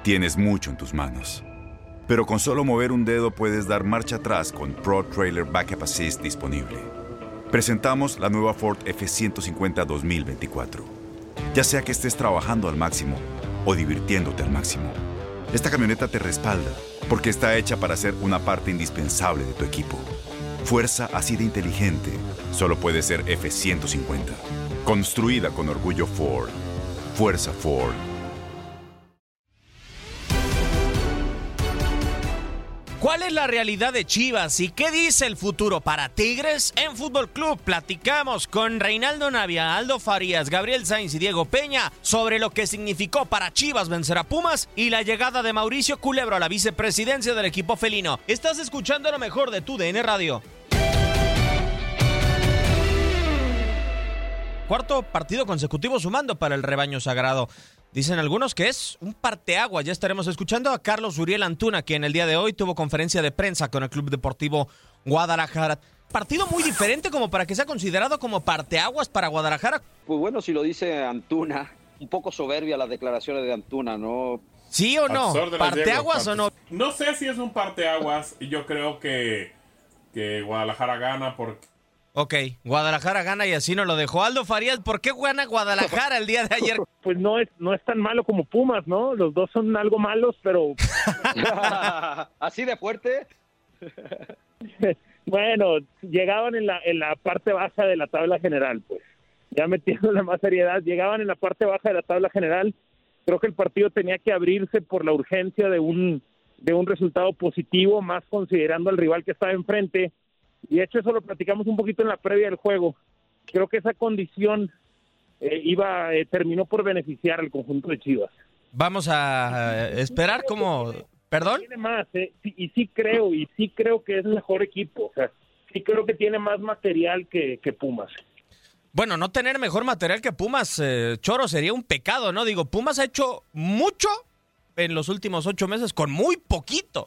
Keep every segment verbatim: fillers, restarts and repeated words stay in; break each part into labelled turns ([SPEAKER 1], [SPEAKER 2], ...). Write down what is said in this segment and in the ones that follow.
[SPEAKER 1] Tienes mucho en tus manos. Pero con solo mover un dedo puedes dar marcha atrás con Pro Trailer Backup Assist disponible. Presentamos la nueva Ford F ciento cincuenta dos mil veinticuatro. Ya sea que estés trabajando al máximo o divirtiéndote al máximo, esta camioneta te respalda porque está hecha para ser una parte indispensable de tu equipo. Fuerza así de inteligente solo puede ser F ciento cincuenta. Construida con orgullo Ford. Fuerza Ford.
[SPEAKER 2] ¿Cuál es la realidad de Chivas y qué dice el futuro para Tigres? En Fútbol Club platicamos con Reinaldo Navia, Aldo Farías, Gabriel Sainz y Diego Peña sobre lo que significó para Chivas vencer a Pumas y la llegada de Mauricio Culebro a la vicepresidencia del equipo felino. Estás escuchando lo mejor de tu D N Radio. Cuarto partido consecutivo sumando para el rebaño sagrado. Dicen algunos que es un parteaguas. Ya estaremos escuchando a Carlos Uriel Antuna, quien el día de hoy tuvo conferencia de prensa con el Club Deportivo Guadalajara. Partido muy diferente como para que sea considerado como parteaguas para Guadalajara.
[SPEAKER 3] Pues bueno, si lo dice Antuna, un poco soberbia las declaraciones de Antuna, ¿no?
[SPEAKER 2] ¿Sí o no? ¿Parteaguas o no?
[SPEAKER 4] No sé si es un parteaguas y yo creo que, que Guadalajara gana porque...
[SPEAKER 2] Ok, Guadalajara gana y así nos lo dejó. Aldo Farías, ¿por qué gana Guadalajara el día de ayer?
[SPEAKER 5] Pues no es no es tan malo como Pumas, ¿no? Los dos son algo malos, pero...
[SPEAKER 3] ¿Así de fuerte?
[SPEAKER 5] Bueno, llegaban en la en la parte baja de la tabla general, pues. Ya metiéndole más seriedad, llegaban en la parte baja de la tabla general. Creo que el partido tenía que abrirse por la urgencia de un, de un resultado positivo, más considerando al rival que estaba enfrente. Y de hecho eso lo platicamos un poquito en la previa del juego. Creo que esa condición eh, iba eh, terminó por beneficiar al conjunto de Chivas.
[SPEAKER 2] Vamos a esperar como... ¿Perdón?
[SPEAKER 5] Tiene más, eh, sí, y sí creo, y sí creo que es mejor equipo. O sea, sí creo que tiene más material que, que Pumas.
[SPEAKER 2] Bueno, no tener mejor material que Pumas, eh, Choro, sería un pecado, ¿no? Digo, Pumas ha hecho mucho en los últimos ocho meses con muy poquito.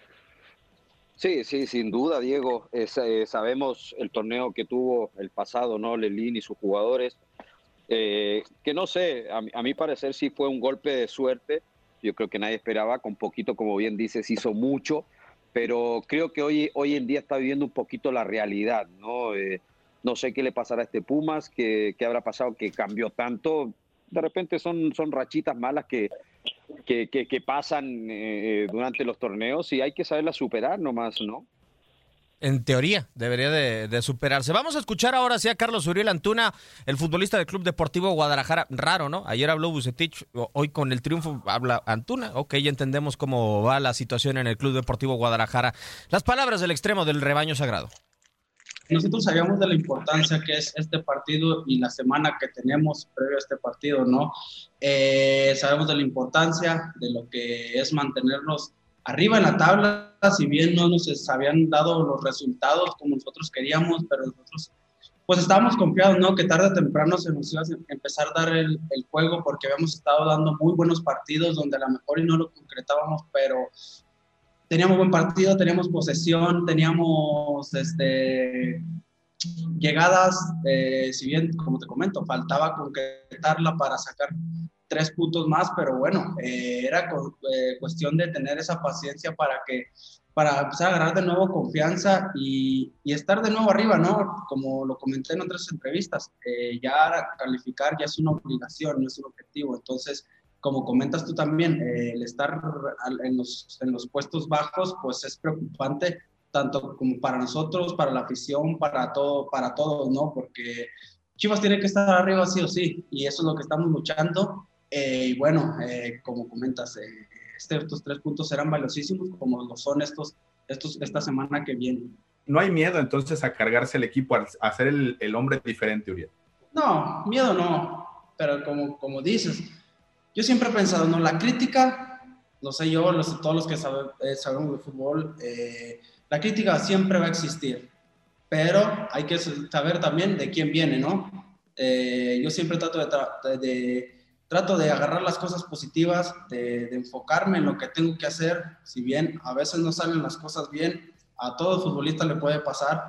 [SPEAKER 3] Sí, sí, sin duda, Diego. Es, eh, sabemos el torneo que tuvo el pasado, ¿no? Lelín y sus jugadores. Eh, que no sé, a, a mi parecer sí fue un golpe de suerte. Yo creo que nadie esperaba, con poquito, como bien dices, hizo mucho. Pero creo que hoy, hoy en día está viviendo un poquito la realidad, ¿no? Eh, no sé qué le pasará a este Pumas, qué, qué habrá pasado que cambió tanto. De repente son, son rachitas malas que... Que, que, que pasan eh, durante los torneos y hay que saberlas superar nomás, ¿no?
[SPEAKER 2] En teoría, debería de, de superarse. Vamos a escuchar ahora sí a Carlos Uriel Antuna, el futbolista del Club Deportivo Guadalajara. Raro, ¿no? Ayer habló Vucetich, hoy con el triunfo habla Antuna. Ok, ya entendemos cómo va la situación en el Club Deportivo Guadalajara. Las palabras del extremo del rebaño sagrado.
[SPEAKER 6] Nosotros sabíamos de la importancia que es este partido y la semana que tenemos previo a este partido, ¿no? Eh, sabemos de la importancia de lo que es mantenernos arriba en la tabla, si bien no nos habían dado los resultados como nosotros queríamos, pero nosotros pues estábamos confiados, ¿no? Que tarde o temprano se nos iba a empezar a dar el, el juego porque habíamos estado dando muy buenos partidos donde a lo mejor y no lo concretábamos, pero... Teníamos buen partido, teníamos posesión, teníamos este, llegadas, eh, si bien, como te comento, faltaba concretarla para sacar tres puntos más, pero bueno, eh, era cu- eh, cuestión de tener esa paciencia para que para empezar a agarrar de nuevo confianza y, y estar de nuevo arriba, ¿no? Como lo comenté en otras entrevistas, eh, ya calificar ya es una obligación, no es un objetivo, entonces... Como comentas tú también, eh, el estar en los, en los puestos bajos, pues es preocupante, tanto como para nosotros, para la afición, para todo, para todos, ¿no? Porque Chivas tiene que estar arriba sí o sí, y eso es lo que estamos luchando. Eh, y bueno, eh, como comentas, eh, este, estos tres puntos serán valiosísimos, como lo son estos, estos, esta semana que viene.
[SPEAKER 7] ¿No hay miedo entonces a cargarse el equipo, a, a ser el, el hombre diferente, Uriel?
[SPEAKER 6] No, miedo no, pero como, como dices... Yo siempre he pensado, ¿no? La crítica, lo sé yo, lo sé todos los que sabe, eh, sabemos de fútbol, eh, la crítica siempre va a existir, pero hay que saber también de quién viene, ¿no? Eh, yo siempre trato de, tra- de, trato de agarrar las cosas positivas, de, de enfocarme en lo que tengo que hacer, si bien a veces no salen las cosas bien, a todo futbolista le puede pasar,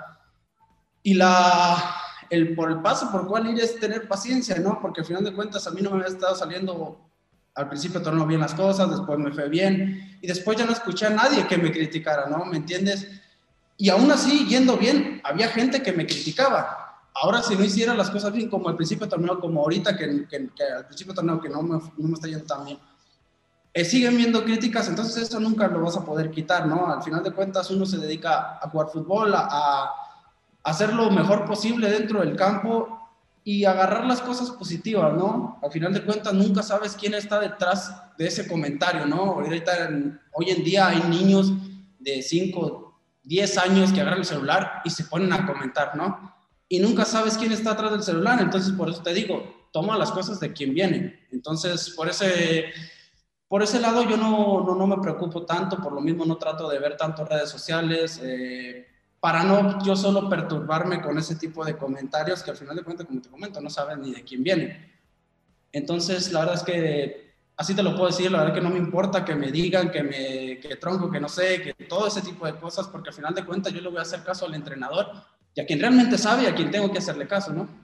[SPEAKER 6] y la... El, por el paso por cuál ir es tener paciencia, ¿no? Porque al final de cuentas a mí no me había estado saliendo al principio torneo bien las cosas, después me fue bien, y después ya no escuché a nadie que me criticara, ¿no? ¿Me entiendes? Y aún así, yendo bien, había gente que me criticaba. Ahora, si no hiciera las cosas bien, como al principio del torneo, como ahorita, que, que, que al principio del torneo que no me, no me está yendo tan bien, eh, siguen viendo críticas, entonces eso nunca lo vas a poder quitar, ¿no? Al final de cuentas, uno se dedica a jugar fútbol, a, a hacer lo mejor posible dentro del campo y agarrar las cosas positivas, ¿no? Al final de cuentas, nunca sabes quién está detrás de ese comentario, ¿no? Ahorita, hoy en día hay niños de cinco, diez años que agarran el celular y se ponen a comentar, ¿no? Y nunca sabes quién está atrás del celular, entonces por eso te digo, toma las cosas de quien viene. Entonces, por ese, por ese lado yo no, no, no me preocupo tanto, por lo mismo no trato de ver tanto redes sociales, eh, para no yo solo perturbarme con ese tipo de comentarios que al final de cuentas, como te comento, no saben ni de quién viene. Entonces, la verdad es que, así te lo puedo decir, la verdad es que no me importa que me digan, que me que tronco, que no sé, que todo ese tipo de cosas, porque al final de cuentas yo le voy a hacer caso al entrenador y a quien realmente sabe y a quien tengo que hacerle caso, ¿no?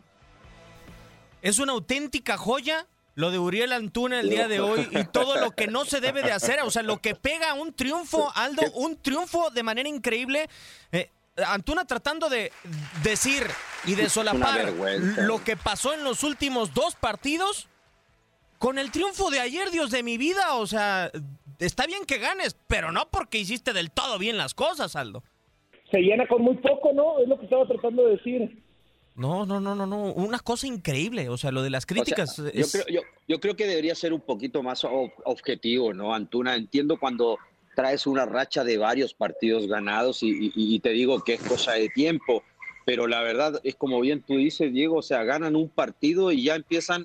[SPEAKER 2] Es una auténtica joya lo de Uriel Antuna el día de hoy y todo lo que no se debe de hacer, o sea, lo que pega un triunfo, Aldo, un triunfo de manera increíble. Eh, Antuna tratando de decir y de solapar lo que pasó en los últimos dos partidos con el triunfo de ayer, Dios de mi vida. O sea, está bien que ganes, pero no porque hiciste del todo bien las cosas, Aldo.
[SPEAKER 5] Se llena con muy poco, ¿no? Es lo que estaba tratando de decir.
[SPEAKER 2] No, no, no, no, no. Una cosa increíble. O sea, lo de las críticas.
[SPEAKER 3] O sea,
[SPEAKER 2] es...
[SPEAKER 3] yo, creo, yo, yo creo que debería ser un poquito más ob- objetivo, ¿no, Antuna? Entiendo cuando traes una racha de varios partidos ganados y, y, y te digo que es cosa de tiempo, pero la verdad es como bien tú dices, Diego, o sea, ganan un partido y ya empiezan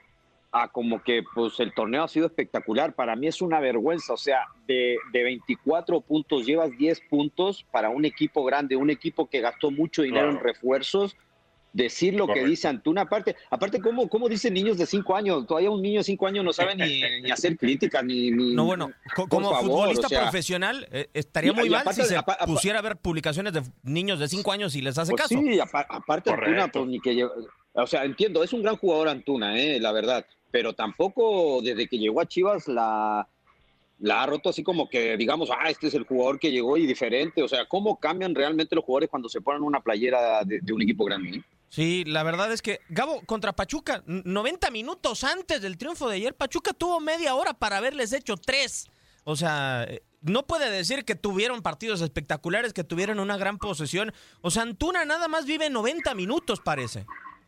[SPEAKER 3] a como que pues el torneo ha sido espectacular. Para mí es una vergüenza, o sea, de, de veinticuatro puntos llevas diez puntos para un equipo grande, un equipo que gastó mucho dinero claro. en refuerzos. Decir lo Correcto. que dice Antuna, aparte, aparte ¿cómo, cómo dicen niños de cinco años? Todavía un niño de cinco años no sabe ni, ni hacer críticas, ni, ni...
[SPEAKER 2] No, bueno, co- como
[SPEAKER 3] favor,
[SPEAKER 2] futbolista
[SPEAKER 3] o sea,
[SPEAKER 2] profesional, eh, estaría muy mal
[SPEAKER 3] aparte,
[SPEAKER 2] si se
[SPEAKER 3] aparte,
[SPEAKER 2] pusiera a ver publicaciones de niños de cinco años y les hace
[SPEAKER 3] pues
[SPEAKER 2] caso.
[SPEAKER 3] Sí, aparte Antuna, pues ni que lleva... O sea, entiendo, es un gran jugador Antuna, eh, la verdad, pero tampoco desde que llegó a Chivas la... la ha roto así como que, digamos, ah, este es el jugador que llegó y diferente. O sea, ¿cómo cambian realmente los jugadores cuando se ponen una playera de, de un equipo grande? ¿eh?
[SPEAKER 2] Sí, la verdad es que, Gabo, contra Pachuca, noventa minutos antes del triunfo de ayer, Pachuca tuvo media hora para haberles hecho tres. O sea, no puede decir que tuvieron partidos espectaculares, que tuvieron una gran posesión. O sea, Antuna nada más vive noventa minutos, parece.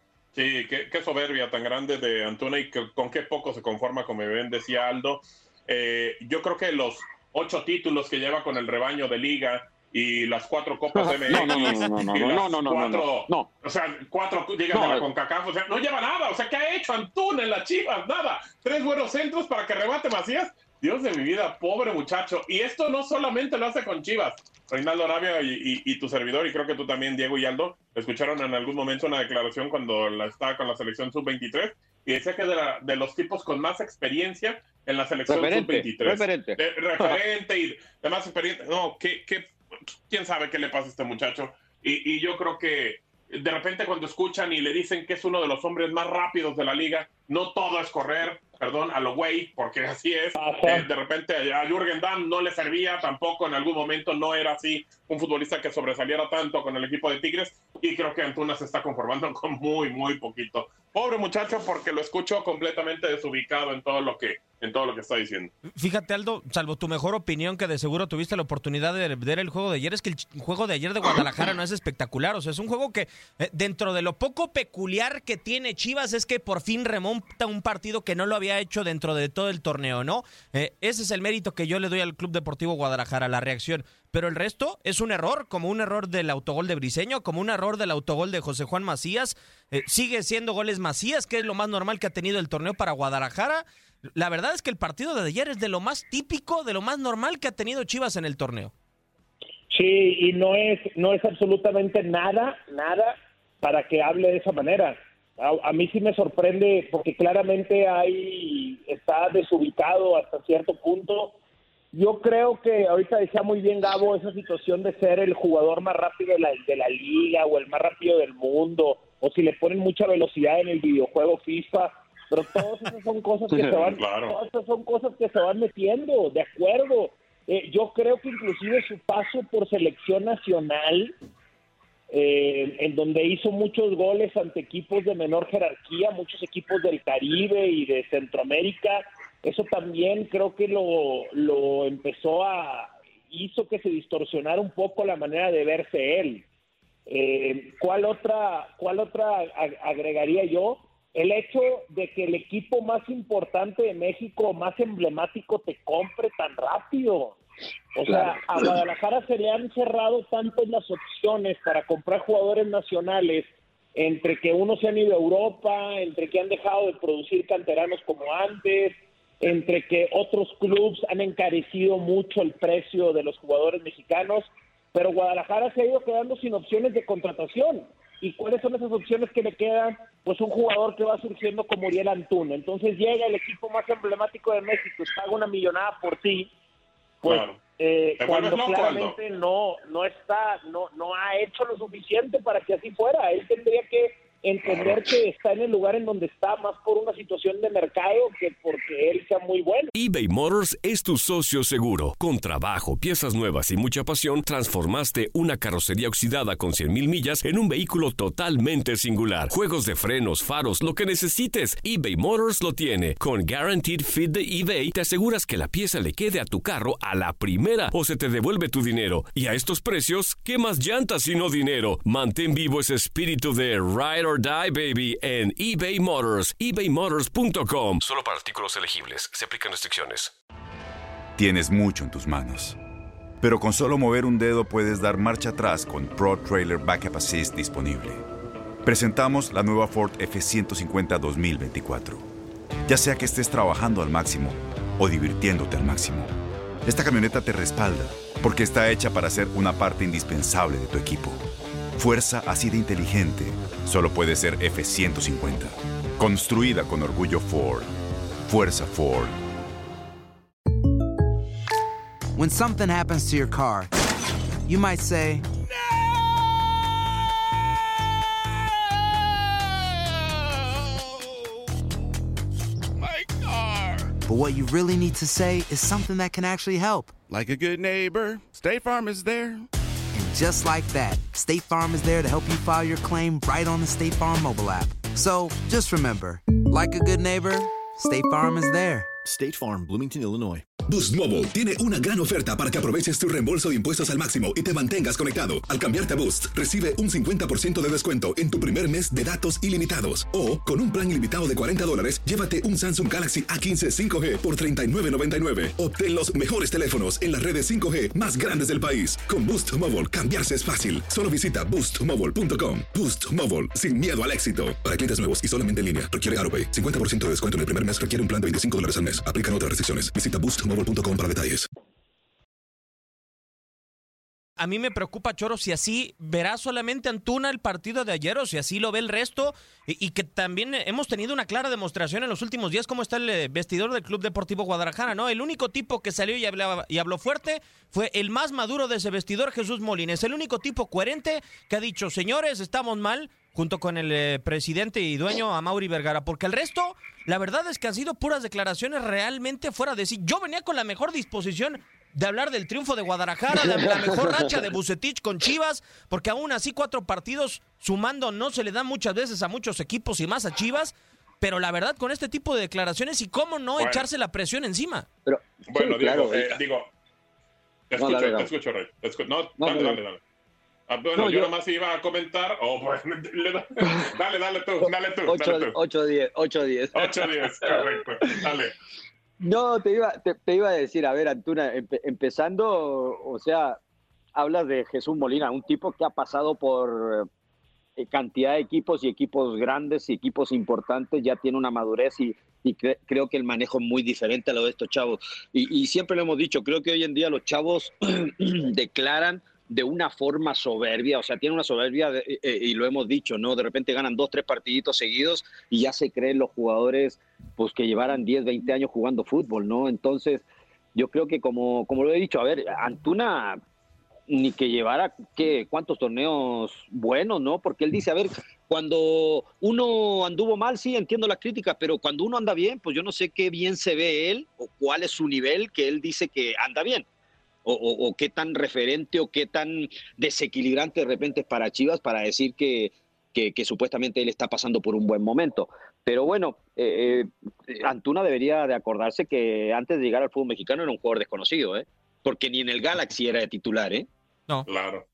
[SPEAKER 4] Sí, qué, qué soberbia tan grande de Antuna y que, con qué poco se conforma, como bien decía Aldo. Eh, yo creo que los ocho títulos que lleva con el rebaño de Liga y las cuatro copas de M X,
[SPEAKER 3] no, no, no, no, no,
[SPEAKER 4] y las
[SPEAKER 3] no, no, no,
[SPEAKER 4] cuatro,
[SPEAKER 3] no, no.
[SPEAKER 4] o sea, cuatro ligas de la CONCACAF, o sea, no lleva nada, o sea, ¿qué ha hecho Antuna en las Chivas? Nada, tres buenos centros para que rebate Macías, Dios de mi vida, pobre muchacho, y esto no solamente lo hace con Chivas, Reinaldo Navia y, y, y tu servidor, y creo que tú también, Diego y Aldo, escucharon en algún momento una declaración cuando la estaba con la selección sub veintitrés, y decía que de, la, de los tipos con más experiencia en la selección sub veintitrés.
[SPEAKER 3] Referente.
[SPEAKER 4] De, referente y de más experiencia. No, ¿qué, qué, quién sabe qué le pasa a este muchacho. Y, y yo creo que de repente cuando escuchan y le dicen que es uno de los hombres más rápidos de la liga, no todo es correr, perdón, a lo güey, porque así es. Eh, de repente a Jürgen Damm no le servía tampoco, en algún momento no era así un futbolista que sobresaliera tanto con el equipo de Tigres, y creo que Antuna se está conformando con muy, muy poquito. Pobre muchacho, porque lo escucho completamente desubicado en todo lo que en todo lo que está diciendo.
[SPEAKER 2] Fíjate, Aldo, salvo tu mejor opinión, que de seguro tuviste la oportunidad de ver el juego de ayer, es que el juego de ayer de Guadalajara no es espectacular. O sea, es un juego que, eh, dentro de lo poco peculiar que tiene Chivas, es que por fin remonta un partido que no lo había hecho dentro de todo el torneo, ¿no? Eh, ese es el mérito que yo le doy al Club Deportivo Guadalajara, la reacción. Pero el resto es un error, como un error del autogol de Briseño, como un error del autogol de José Juan Macías. Eh, sigue siendo goles Macías, que es lo más normal que ha tenido el torneo para Guadalajara. La verdad es que el partido de ayer es de lo más típico, de lo más normal que ha tenido Chivas en el torneo.
[SPEAKER 5] Sí, y no es no es absolutamente nada, nada para que hable de esa manera. A, a mí sí me sorprende porque claramente hay está desubicado hasta cierto punto. Yo creo que ahorita decía muy bien Gabo esa situación de ser el jugador más rápido de la, de la liga o el más rápido del mundo, o si le ponen mucha velocidad en el videojuego FIFA. pero todas esas son cosas que se van,
[SPEAKER 4] claro.
[SPEAKER 5] todas esas son cosas que se van metiendo, de acuerdo. Eh, yo creo que inclusive su paso por selección nacional, eh, en donde hizo muchos goles ante equipos de menor jerarquía, muchos equipos del Caribe y de Centroamérica, eso también creo que lo, lo empezó a, hizo que se distorsionara un poco la manera de verse él. Eh, ¿cuál otra, cuál otra agregaría yo? El hecho de que el equipo más importante de México, más emblemático, te compre tan rápido. O
[SPEAKER 3] Claro.
[SPEAKER 5] sea, a Guadalajara se le han cerrado tanto las opciones para comprar jugadores nacionales, entre que unos se han ido a Europa, entre que han dejado de producir canteranos como antes, entre que otros clubes han encarecido mucho el precio de los jugadores mexicanos, pero Guadalajara se ha ido quedando sin opciones de contratación. ¿Y cuáles son esas opciones que le quedan? Pues un jugador que va surgiendo como Uriel Antuna. Entonces llega el equipo más emblemático de México, paga una millonada por ti, pues
[SPEAKER 4] Claro.
[SPEAKER 5] eh,
[SPEAKER 4] Te
[SPEAKER 5] cuando
[SPEAKER 4] vuelves loco,
[SPEAKER 5] claramente no no está, no no ha hecho lo suficiente para que así fuera. Él tendría que entender que está en el lugar en donde está más por una situación de mercado que porque él sea muy bueno.
[SPEAKER 8] eBay Motors es tu socio seguro. Con trabajo, piezas nuevas y mucha pasión, transformaste una carrocería oxidada con cien mil millas en un vehículo totalmente singular. Juegos de frenos, faros, lo que necesites, eBay Motors lo tiene. Con Guaranteed Fit de eBay, te aseguras que la pieza le quede a tu carro a la primera o se te devuelve tu dinero. Y a estos precios, ¿qué más llantas y no dinero? Mantén vivo ese espíritu de Ride or Die, baby, en eBay Motors. ebay motors punto com. Solo para artículos elegibles. Se aplican restricciones.
[SPEAKER 1] Tienes mucho en tus manos, pero con solo mover un dedo puedes dar marcha atrás con Pro Trailer Backup Assist disponible. Presentamos la nueva Ford F ciento cincuenta dos mil veinticuatro. Ya sea que estés trabajando al máximo o divirtiéndote al máximo, esta camioneta te respalda porque está hecha para ser una parte indispensable de tu equipo. Fuerza así de inteligente solo puede ser F ciento cincuenta. Construida con orgullo Ford. Fuerza Ford.
[SPEAKER 9] When something happens to your car, you might say,
[SPEAKER 10] My car.
[SPEAKER 9] but what you really need to say is something that can actually help.
[SPEAKER 10] Like a good neighbor, State Farm is there.
[SPEAKER 9] And just like that, State Farm is there to help you file your claim right on the State Farm mobile app. So just remember, like a good neighbor, State Farm is there.
[SPEAKER 11] State Farm, Bloomington, Illinois.
[SPEAKER 12] Boost Mobile tiene una gran oferta para que aproveches tu reembolso de impuestos al máximo y te mantengas conectado. Al cambiarte a Boost, recibe un cincuenta por ciento de descuento en tu primer mes de datos ilimitados. O, con un plan ilimitado de cuarenta dólares, llévate un Samsung Galaxy A quince cinco G por treinta y nueve noventa y nueve. Obtén los mejores teléfonos en las redes cinco G más grandes del país. Con Boost Mobile, cambiarse es fácil. Solo visita boost mobile punto com. Boost Mobile, sin miedo al éxito. Para clientes nuevos y solamente en línea, requiere AutoPay. cincuenta por ciento de descuento en el primer mes requiere un plan de veinticinco dólares al mes. Aplican otras restricciones. Visita boost mobile punto com para detalles.
[SPEAKER 2] A mí me preocupa, Choro, si así verá solamente Antuna el partido de ayer o si así lo ve el resto y, y que también hemos tenido una clara demostración en los últimos días cómo está el vestidor del Club Deportivo Guadalajara, ¿no? El único tipo que salió y, hablaba, y habló fuerte fue el más maduro de ese vestidor, Jesús Molina. Es el único tipo coherente que ha dicho, señores, estamos mal, junto con el eh, presidente y dueño Amaury Vergara, porque el resto, la verdad es que han sido puras declaraciones realmente fuera de sí. Yo venía con la mejor disposición de hablar del triunfo de Guadalajara, la, la mejor racha de Vucetich con Chivas, porque aún así cuatro partidos sumando no se le dan muchas veces a muchos equipos y más a Chivas, pero la verdad con este tipo de declaraciones y cómo no bueno. echarse la presión encima.
[SPEAKER 3] Pero,
[SPEAKER 4] bueno,
[SPEAKER 3] sí,
[SPEAKER 4] Diego,
[SPEAKER 3] claro,
[SPEAKER 4] eh, digo, te escucho, no, dale, te escucho, Rey. Te escucho. No, no, dale, dale, dale. Ah, bueno, no, yo, yo nomás iba a comentar. Oh, pues, dale, dale tú, dale tú.
[SPEAKER 3] ocho diez, ocho diez.
[SPEAKER 4] ocho diez, correcto. Dale.
[SPEAKER 3] No, te iba, te, te iba a decir, a ver, Antuna, empe, empezando, o sea, hablas de Jesús Molina, un tipo que ha pasado por eh, cantidad de equipos y equipos grandes y equipos importantes, ya tiene una madurez y, y cre, creo que el manejo es muy diferente a lo de estos chavos. Y, y siempre lo hemos dicho, creo que hoy en día los chavos declaran de una forma soberbia, o sea, tiene una soberbia de, eh, y lo hemos dicho, ¿no? De repente ganan dos, tres partiditos seguidos y ya se creen los jugadores pues que llevaran diez, veinte años jugando fútbol, ¿no? Entonces, yo creo que como, como lo he dicho, a ver, Antuna ni que llevara, ¿qué? ¿Cuántos torneos buenos, no? Porque él dice, a ver, Cuando uno anduvo mal, sí, entiendo las críticas, pero cuando uno anda bien, pues yo no sé qué bien se ve él o cuál es su nivel que él dice que anda bien. O, o, o qué tan referente o qué tan desequilibrante de repente es para Chivas para decir que, que, que supuestamente él está pasando por un buen momento. Pero bueno, eh, eh, Antuna debería de acordarse que antes de llegar al fútbol mexicano era un jugador desconocido, ¿eh? Porque ni en el Galaxy era de titular, ¿eh?
[SPEAKER 2] No.
[SPEAKER 4] Claro.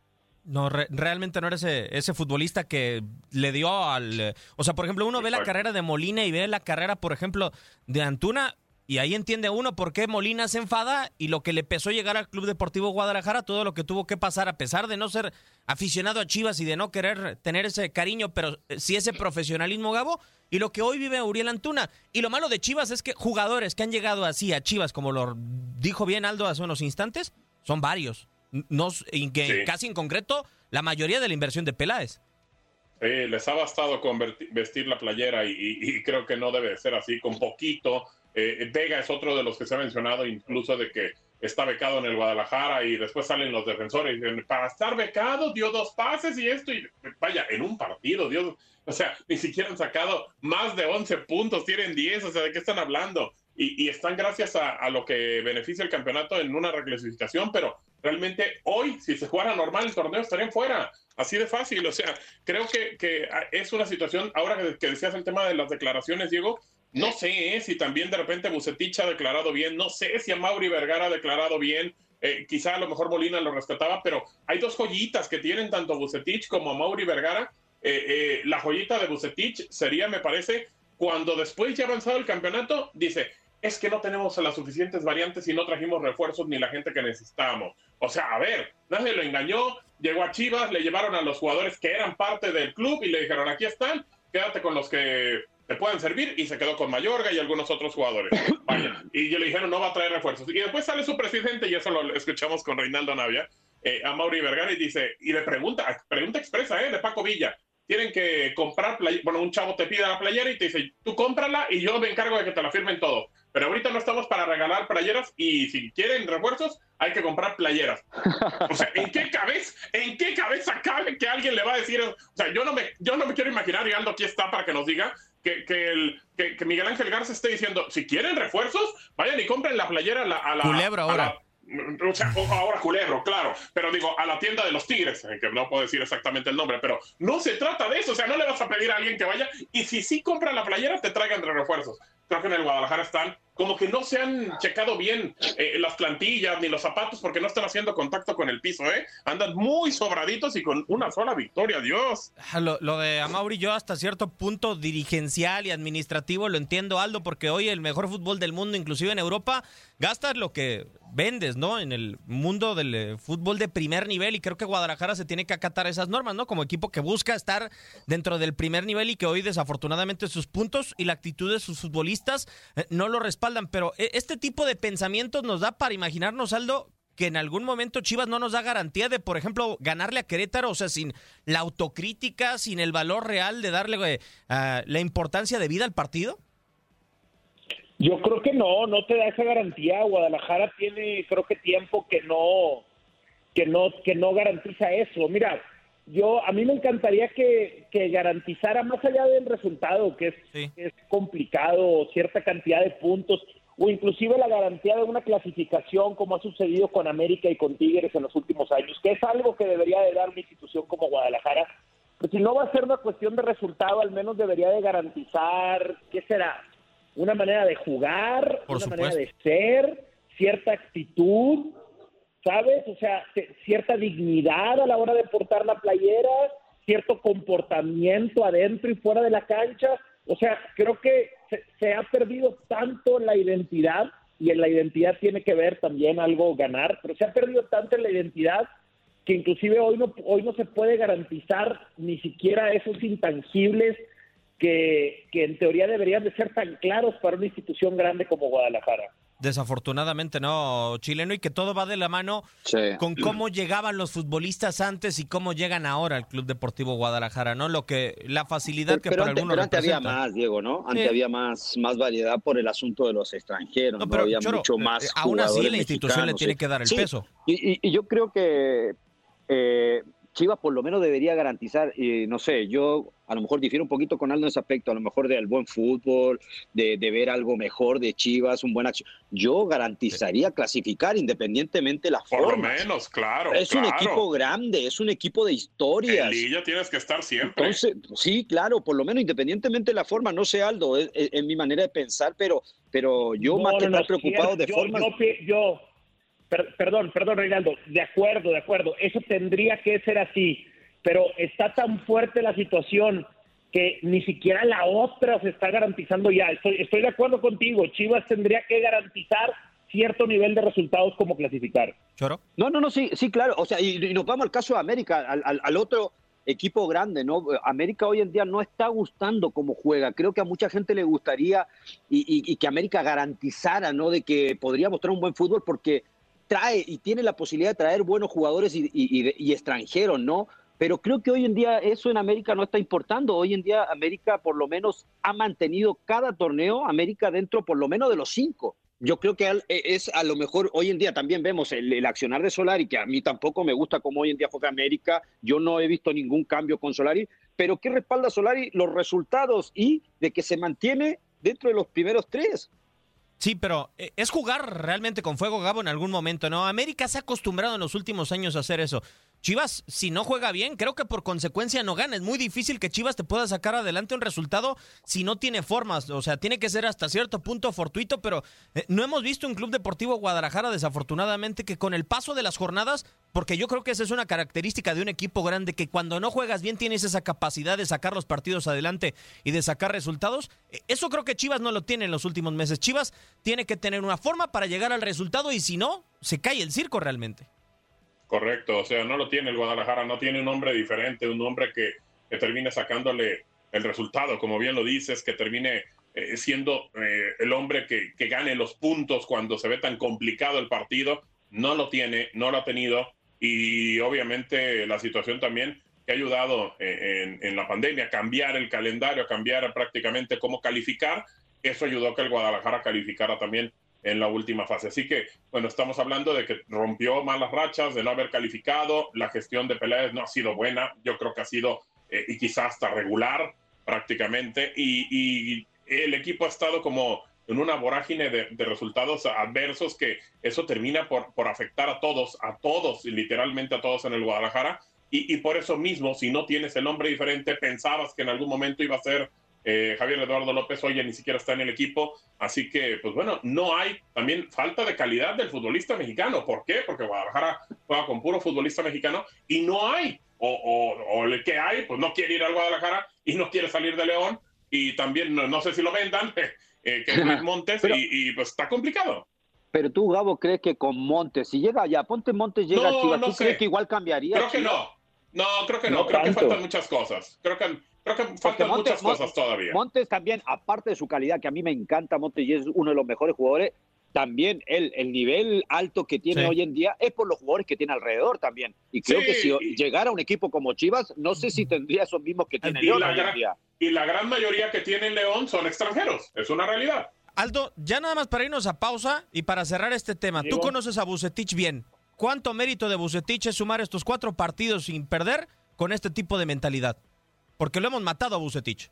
[SPEAKER 2] No, re- realmente no era ese, ese futbolista que le dio al... eh, O sea, por ejemplo, uno ve la carrera de Molina y ve la carrera, por ejemplo, de Antuna, y ahí entiende uno por qué Molina se enfada y lo que le pesó llegar al Club Deportivo Guadalajara, todo lo que tuvo que pasar, a pesar de no ser aficionado a Chivas y de no querer tener ese cariño, pero sí ese profesionalismo, Gabo, y lo que hoy vive Uriel Antuna. Y lo malo de Chivas es que jugadores que han llegado así a Chivas, como lo dijo bien Aldo hace unos instantes, son varios. No, y que
[SPEAKER 4] Sí.
[SPEAKER 2] casi en concreto la mayoría de la inversión de Peláez.
[SPEAKER 4] Sí, les ha bastado con verti- vestir la playera y, y- y creo que no debe de ser así, con poquito. Eh, Vega es otro de los que se ha mencionado, incluso de que está becado en el Guadalajara y después salen los defensores y dicen, para estar becado dio dos pases y esto, y vaya, en un partido, Dios, o sea, ni siquiera han sacado más de once puntos, tienen diez, o sea, ¿de qué están hablando? Y, y están gracias a, a lo que beneficia el campeonato en una reclasificación, pero realmente hoy, si se jugara normal el torneo, estarían fuera. Así de fácil. O sea, creo que, que es una situación, ahora que, que decías el tema de las declaraciones, Diego, no sé eh, si también de repente Vucetich ha declarado bien, no sé si a Mauri Vergara ha declarado bien, eh, quizá a lo mejor Molina lo rescataba, pero hay dos joyitas que tienen tanto Vucetich como Mauri Vergara. Eh, eh, la joyita de Vucetich sería, me parece, cuando después ya avanzado el campeonato, dice, es que no tenemos las suficientes variantes y no trajimos refuerzos ni la gente que necesitábamos. O sea, a ver, nadie lo engañó, llegó a Chivas, le llevaron a los jugadores que eran parte del club y le dijeron, aquí están, quédate con los que te puedan servir, y se quedó con Mayorga y algunos otros jugadores. Vaya, y le dijeron, no va a traer refuerzos. Y después sale su presidente, y eso lo escuchamos con Reinaldo Navia, eh, a Mauri Vergara, y dice, y le pregunta, pregunta expresa, eh, de Paco Villa, tienen que comprar, play- bueno, un chavo te pide la playera y te dice, tú cómprala y yo me encargo de que te la firmen todo. Pero ahorita no estamos para regalar playeras y si quieren refuerzos, hay que comprar playeras. O sea, ¿en qué cabeza, en qué cabeza cabe que alguien le va a decir? O sea, yo no me, yo no me quiero imaginar, y Aldo aquí está para que nos diga, que, que, el, que, que Miguel Ángel Garza esté diciendo, si quieren refuerzos, vayan y compren la playera a la... A la
[SPEAKER 2] Culebro ahora.
[SPEAKER 4] a la, o sea, ahora Culebro, claro, pero digo, a la tienda de los Tigres, que no puedo decir exactamente el nombre, pero no se trata de eso, o sea, no le vas a pedir a alguien que vaya, y si sí compra la playera, te traigan de refuerzos. Creo que en el Guadalajara están como que no se han checado bien eh, las plantillas ni los zapatos, porque no están haciendo contacto con el piso, ¿eh? Andan muy sobraditos y con una sola victoria, Dios.
[SPEAKER 2] Lo, lo de Amauri, yo hasta cierto punto dirigencial y administrativo lo entiendo, Aldo, porque hoy el mejor fútbol del mundo, inclusive en Europa, gastas lo que vendes, ¿no? En el mundo del eh, fútbol de primer nivel, y creo que Guadalajara se tiene que acatar esas normas, ¿no? Como equipo que busca estar dentro del primer nivel y que hoy desafortunadamente sus puntos y la actitud de sus futbolistas eh, no lo respaldan, pero eh, este tipo de pensamientos nos da para imaginarnos, Aldo, que en algún momento Chivas no nos da garantía de, por ejemplo, ganarle a Querétaro, o sea, sin la autocrítica, sin el valor real de darle uh, la importancia de vida al partido.
[SPEAKER 5] Yo creo que no, no te da esa garantía. Guadalajara tiene, creo que tiempo que no, que no, que no garantiza eso. Mira, yo a mí me encantaría que, que garantizara más allá del resultado, que es, sí. que es complicado, cierta cantidad de puntos, o inclusive la garantía de una clasificación, como ha sucedido con América y con Tigres en los últimos años, que es algo que debería de dar una institución como Guadalajara. Pero si no va a ser una cuestión de resultado, al menos debería de garantizar, ¿qué será? Una manera de jugar,
[SPEAKER 2] Por
[SPEAKER 5] una
[SPEAKER 2] supuesto.
[SPEAKER 5] manera de ser, cierta actitud, ¿sabes? O sea, cierta dignidad a la hora de portar la playera, cierto comportamiento adentro y fuera de la cancha. O sea, creo que se, se ha perdido tanto la identidad, y en la identidad tiene que ver también algo ganar, pero se ha perdido tanto en la identidad que inclusive hoy no, hoy no se puede garantizar ni siquiera esos intangibles que, que en teoría deberían de ser tan claros para una institución grande como Guadalajara.
[SPEAKER 2] Desafortunadamente no, chileno, y que todo va de la mano
[SPEAKER 3] sí.
[SPEAKER 2] con cómo llegaban los futbolistas antes y cómo llegan ahora al Club Deportivo Guadalajara, ¿no? Lo que la facilidad
[SPEAKER 3] pero,
[SPEAKER 2] que
[SPEAKER 3] pero
[SPEAKER 2] por
[SPEAKER 3] antes,
[SPEAKER 2] algunos
[SPEAKER 3] pero antes había
[SPEAKER 2] representa.
[SPEAKER 3] más, Diego, ¿no? Antes
[SPEAKER 2] sí.
[SPEAKER 3] había más, más variedad por el asunto de los extranjeros,
[SPEAKER 2] no,
[SPEAKER 3] ¿no?
[SPEAKER 2] pero,
[SPEAKER 3] Había
[SPEAKER 2] Choro,
[SPEAKER 3] mucho más
[SPEAKER 2] eh, aún así la institución
[SPEAKER 3] mexicanos,
[SPEAKER 2] le tiene
[SPEAKER 3] sí.
[SPEAKER 2] que dar el
[SPEAKER 3] sí.
[SPEAKER 2] peso.
[SPEAKER 3] Y, y, y yo creo que eh, Chivas por lo menos debería garantizar, eh, no sé, yo a lo mejor difiero un poquito con Aldo en ese aspecto, a lo mejor del buen fútbol, de, de ver algo mejor de Chivas, un buen acción. Yo garantizaría clasificar independientemente de las
[SPEAKER 4] Por
[SPEAKER 3] formas.
[SPEAKER 4] lo menos, claro.
[SPEAKER 3] Es
[SPEAKER 4] claro.
[SPEAKER 3] un equipo grande, es un equipo de historias.
[SPEAKER 4] En Lilla tienes que estar siempre.
[SPEAKER 3] Entonces, sí, claro, por lo menos independientemente de la forma, no sé, Aldo, es, es, es mi manera de pensar, pero, pero yo
[SPEAKER 5] No,
[SPEAKER 3] más que
[SPEAKER 5] no,
[SPEAKER 3] estar
[SPEAKER 5] no,
[SPEAKER 3] preocupado
[SPEAKER 5] sí,
[SPEAKER 3] de
[SPEAKER 5] yo,
[SPEAKER 3] forma...
[SPEAKER 5] Yo, yo per, perdón, perdón, Reinaldo, de acuerdo, de acuerdo, eso tendría que ser así, pero está tan fuerte la situación que ni siquiera la otra se está garantizando ya. Estoy, estoy de acuerdo contigo, Chivas tendría que garantizar cierto nivel de resultados como clasificar.
[SPEAKER 2] ¿Choro?
[SPEAKER 3] No, no, no, sí, sí, claro, o sea, y, y nos vamos al caso de América, al, al, al otro equipo grande, ¿no? América hoy en día no está gustando cómo juega. Creo que a mucha gente le gustaría y, y, y que América garantizara, ¿no? De que podría mostrar un buen fútbol porque trae y tiene la posibilidad de traer buenos jugadores y, y, y, y extranjeros, ¿no? Pero creo que hoy en día eso en América no está importando. Hoy en día América por lo menos ha mantenido cada torneo, América dentro por lo menos de los cinco. Yo creo que es a lo mejor hoy en día también vemos el, el accionar de Solari, que a mí tampoco me gusta cómo hoy en día juega América. Yo no he visto ningún cambio con Solari, pero ¿qué respalda Solari? Los resultados y de que se mantiene dentro de los primeros tres.
[SPEAKER 2] Sí, pero es jugar realmente con fuego, Gabo, en algún momento, ¿no? América se ha acostumbrado en los últimos años a hacer eso. Chivas, si no juega bien, creo que por consecuencia no gana. Es muy difícil que Chivas te pueda sacar adelante un resultado si no tiene formas. O sea, tiene que ser hasta cierto punto fortuito, pero eh, no hemos visto un Club Deportivo Guadalajara, desafortunadamente, que con el paso de las jornadas, porque yo creo que esa es una característica de un equipo grande, que cuando no juegas bien tienes esa capacidad de sacar los partidos adelante y de sacar resultados. Eso creo que Chivas no lo tiene en los últimos meses. Chivas tiene que tener una forma para llegar al resultado y si no, se cae el circo realmente.
[SPEAKER 4] Correcto, o sea, no lo tiene el Guadalajara, no tiene un hombre diferente, un hombre que, que termine sacándole el resultado, como bien lo dices, que termine eh, siendo eh, el hombre que, que gane los puntos cuando se ve tan complicado el partido. No lo tiene, no lo ha tenido, y obviamente la situación también que ha ayudado en, en la pandemia a cambiar el calendario, a cambiar prácticamente cómo calificar. Eso ayudó a que el Guadalajara calificara también en la última fase. Así que, bueno, estamos hablando de que rompió malas rachas, de no haber calificado. La gestión de Peláez no ha sido buena. Yo creo que ha sido, eh, y quizás hasta regular prácticamente. Y, y el equipo ha estado como en una vorágine de, de resultados adversos, que eso termina por, por afectar a todos, a todos, literalmente a todos en el Guadalajara. Y, y por eso mismo, si no tienes el nombre diferente, pensabas que en algún momento iba a ser Eh, Javier Eduardo López, hoy ya ni siquiera está en el equipo, así que, pues bueno, no hay, también falta de calidad del futbolista mexicano. ¿Por qué? Porque Guadalajara juega con puro futbolista mexicano y no hay, o, o, o el que hay, pues no quiere ir al Guadalajara y no quiere salir de León, y también no, no sé si lo vendan, eh, que es Luis Montes, Pero... y, y pues está complicado.
[SPEAKER 3] Pero tú, Gabo, ¿crees que con Montes, si llega ya, ponte Montes, llega
[SPEAKER 4] no,
[SPEAKER 3] a Chivas,
[SPEAKER 4] no
[SPEAKER 3] ¿tú
[SPEAKER 4] sé.
[SPEAKER 3] crees que igual cambiaría?
[SPEAKER 4] Creo que no, no, creo que no,
[SPEAKER 3] no
[SPEAKER 4] creo
[SPEAKER 3] tanto.
[SPEAKER 4] que faltan muchas cosas, creo que... Creo que faltan
[SPEAKER 3] Montes,
[SPEAKER 4] muchas cosas todavía.
[SPEAKER 3] Montes también, aparte de su calidad, que a mí me encanta, Montes y es uno de los mejores jugadores, también el, el nivel alto que tiene sí. hoy en día es por los jugadores que tiene alrededor también. Y creo sí, que si y... llegara a un equipo como Chivas, no sé si tendría esos mismos que tiene León hoy en día.
[SPEAKER 4] Y la gran mayoría que tiene León son extranjeros, es una realidad.
[SPEAKER 2] Aldo, ya nada más para irnos a pausa y para cerrar este tema, ¿tú conoces a Vucetich bien? ¿Cuánto mérito de Vucetich es sumar estos cuatro partidos sin perder con este tipo de mentalidad? Porque lo hemos matado a Vucetich.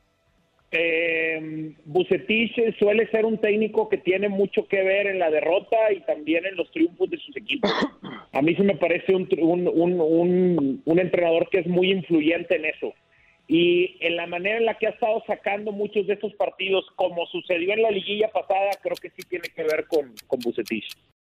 [SPEAKER 5] Eh, Vucetich suele ser un técnico que tiene mucho que ver en la derrota y también en los triunfos de sus equipos. A mí sí me parece un, un, un, un, un entrenador que es muy influyente en eso. Y en la manera en la que ha estado sacando muchos de estos partidos, como sucedió en la liguilla pasada, creo que sí tiene que ver con, con Vucetich.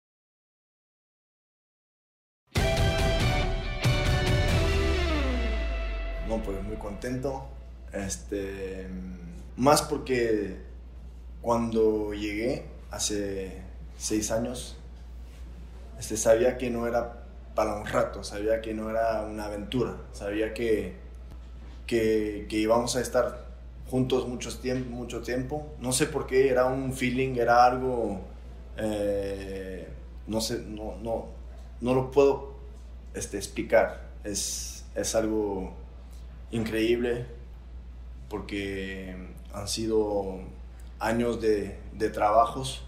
[SPEAKER 13] No, pues muy contento, este, más porque cuando llegué hace seis años, este, sabía que no era para un rato, sabía que no era una aventura, sabía que, que, que íbamos a estar juntos mucho tiempo, mucho tiempo, no sé por qué, era un feeling, era algo, eh, no sé, no, no, no lo puedo este, explicar, es, es algo increíble porque han sido años de, de trabajos,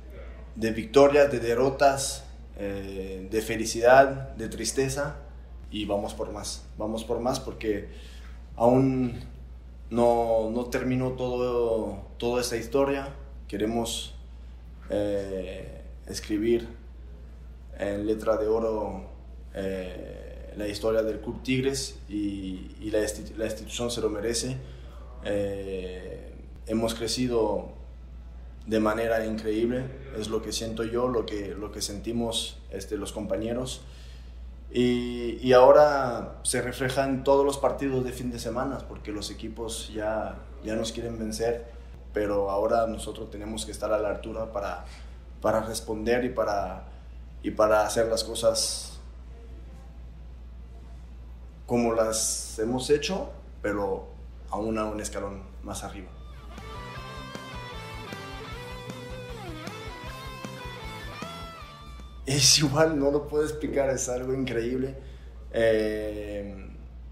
[SPEAKER 13] de victorias, de derrotas, eh, de felicidad, de tristeza, y vamos por más, vamos por más porque aún no, no terminó todo, toda esta historia. Queremos eh, escribir en letra de oro eh, la historia del Club Tigres y, y la, institu- la institución se lo merece. Eh, hemos crecido de manera increíble, es lo que siento yo, lo que, lo que sentimos este, los compañeros. Y, y ahora se refleja en todos los partidos de fin de semana, porque los equipos ya, ya nos quieren vencer, pero ahora nosotros tenemos que estar a la altura para, para responder y para, y para hacer las cosas como las hemos hecho, pero aún a un escalón más arriba. Es igual, no lo puedo explicar, es algo increíble. Eh,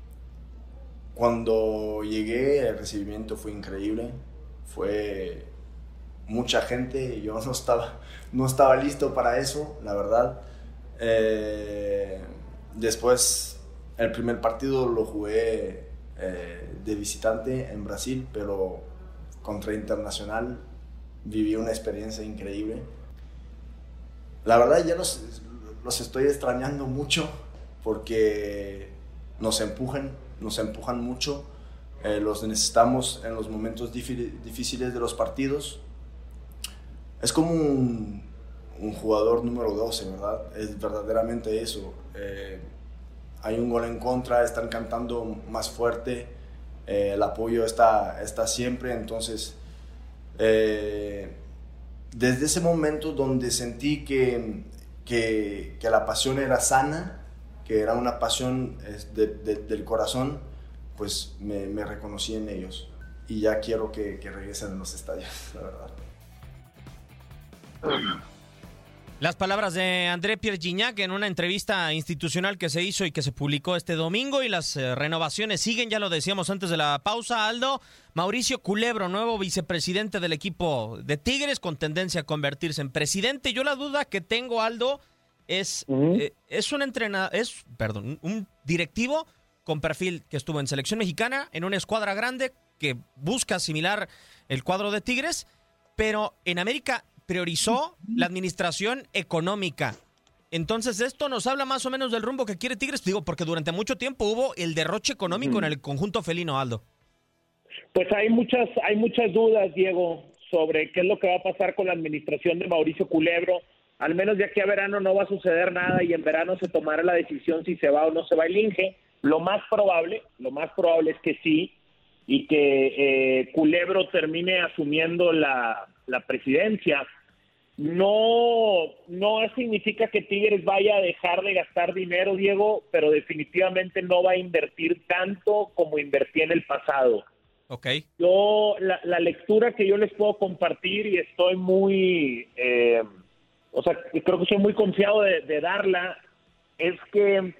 [SPEAKER 13] cuando llegué, el recibimiento fue increíble, fue mucha gente y yo no estaba, no estaba listo para eso, la verdad. Eh, después, el primer partido lo jugué eh, de visitante en Brasil, pero contra Internacional viví una experiencia increíble. La verdad ya los, los estoy extrañando mucho porque nos empujan, nos empujan mucho, eh, los necesitamos en los momentos difí- difíciles de los partidos. Es como un, un jugador número doce, ¿verdad? Es verdaderamente eso. Eh, hay un gol en contra, están cantando más fuerte, eh, el apoyo está, está siempre, entonces... Eh, Desde ese momento donde sentí que, que, que la pasión era sana, que era una pasión de, de, del corazón, pues me, me reconocí en ellos. Y ya quiero que, que regresen a los estadios, la verdad.
[SPEAKER 2] Las palabras de André Pierre Gignac en una entrevista institucional que se hizo y que se publicó este domingo, y las eh, renovaciones siguen, ya lo decíamos antes de la pausa, Aldo. Mauricio Culebro, nuevo vicepresidente del equipo de Tigres, con tendencia a convertirse en presidente. Yo la duda que tengo, Aldo, es, uh-huh. eh, es un entrenador, es, perdón, un directivo con perfil que estuvo en selección mexicana, en una escuadra grande que busca asimilar el cuadro de Tigres, pero en América priorizó la administración económica. Entonces, esto nos habla más o menos del rumbo que quiere Tigres, digo, porque durante mucho tiempo hubo el derroche económico uh-huh. en el conjunto felino, Aldo.
[SPEAKER 5] Pues hay muchas, hay muchas dudas, Diego, sobre qué es lo que va a pasar con la administración de Mauricio Culebro. Al menos de aquí a verano no va a suceder nada y en verano se tomará la decisión si se va o no se va el Inge. Lo más probable, lo más probable es que sí, y que eh, Culebro termine asumiendo la, la presidencia. No, no significa que Tigres vaya a dejar de gastar dinero, Diego, pero definitivamente no va a invertir tanto como invertía en el pasado.
[SPEAKER 2] Okay.
[SPEAKER 5] Yo, la, la lectura que yo les puedo compartir, y estoy muy, eh, o sea, creo que soy muy confiado de, de darla, es que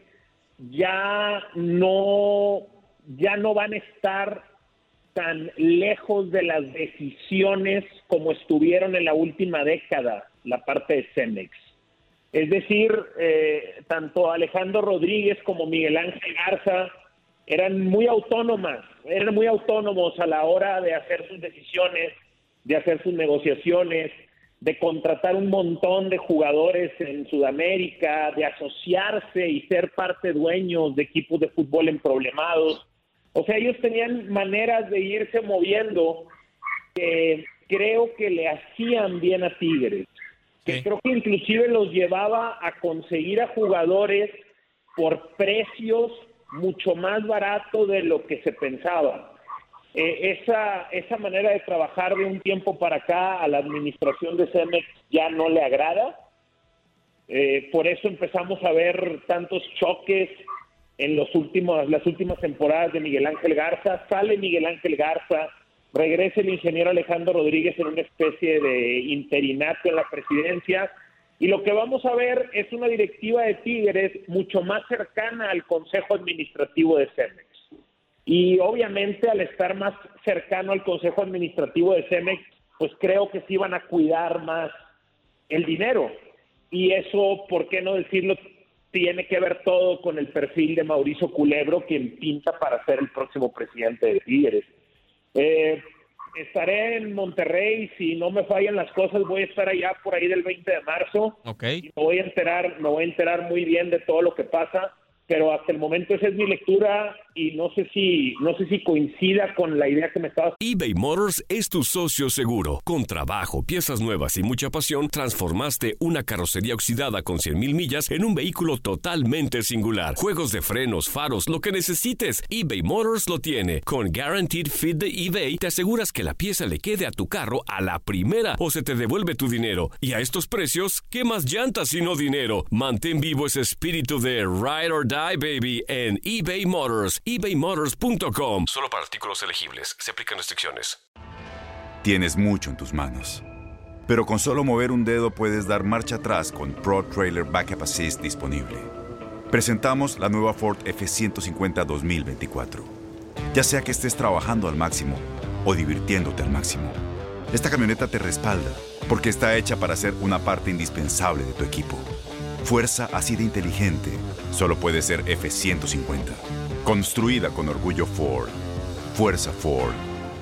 [SPEAKER 5] ya no, ya no van a estar tan lejos de las decisiones como estuvieron en la última década la parte de Cemex. Es decir, eh, tanto Alejandro Rodríguez como Miguel Ángel Garza eran muy autónomas, eran muy autónomos a la hora de hacer sus decisiones, de hacer sus negociaciones, de contratar un montón de jugadores en Sudamérica, de asociarse y ser parte dueños de equipos de fútbol emproblemados. O sea, ellos tenían maneras de irse moviendo que creo que le hacían bien a Tigres. Que sí. Creo que inclusive los llevaba a conseguir a jugadores por precios mucho más baratos de lo que se pensaba. Eh, esa, esa manera de trabajar de un tiempo para acá a la administración de Cemex ya no le agrada. Eh, por eso empezamos a ver tantos choques en los últimos, las últimas temporadas de Miguel Ángel Garza. Sale Miguel Ángel Garza, regresa el ingeniero Alejandro Rodríguez en una especie de interinato en la presidencia, y lo que vamos a ver es una directiva de Tigres mucho más cercana al Consejo Administrativo de Cemex. Y obviamente al estar más cercano al Consejo Administrativo de Cemex, pues creo que sí van a cuidar más el dinero. Y eso, ¿por qué no decirlo? tiene que ver todo con el perfil de Mauricio Culebro, quien pinta para ser el próximo presidente de Tigres. Eh, estaré en Monterrey, si no me fallan las cosas, voy a estar allá por ahí del veinte de marzo.
[SPEAKER 2] Okay.
[SPEAKER 5] Y me voy a enterar, me voy a enterar muy bien de todo lo que pasa, pero hasta el momento esa es mi lectura y no sé si no sé si coincida con la idea que me estabas.
[SPEAKER 8] eBay Motors es tu socio seguro. Con trabajo, piezas nuevas y mucha pasión, transformaste una carrocería oxidada con cien mil millas en un vehículo totalmente singular. Juegos de frenos, faros, lo que necesites, eBay Motors lo tiene. Con Guaranteed Fit de eBay, te aseguras que la pieza le quede a tu carro a la primera o se te devuelve tu dinero. Y a estos precios, ¿qué más llantas sino dinero? Mantén vivo ese espíritu de Ride or Die, baby, en eBay Motors. ebay motors punto com. Solo para artículos elegibles. Se aplican restricciones.
[SPEAKER 1] Tienes mucho en tus manos, pero con solo mover un dedo puedes dar marcha atrás con Pro Trailer Backup Assist disponible. Presentamos la nueva Ford F ciento cincuenta dos mil veinticuatro. Ya sea que estés trabajando al máximo o divirtiéndote al máximo, esta camioneta te respalda porque está hecha para ser una parte indispensable de tu equipo. Fuerza así de inteligente solo puede ser F ciento cincuenta. Construida con orgullo Ford. Fuerza Ford.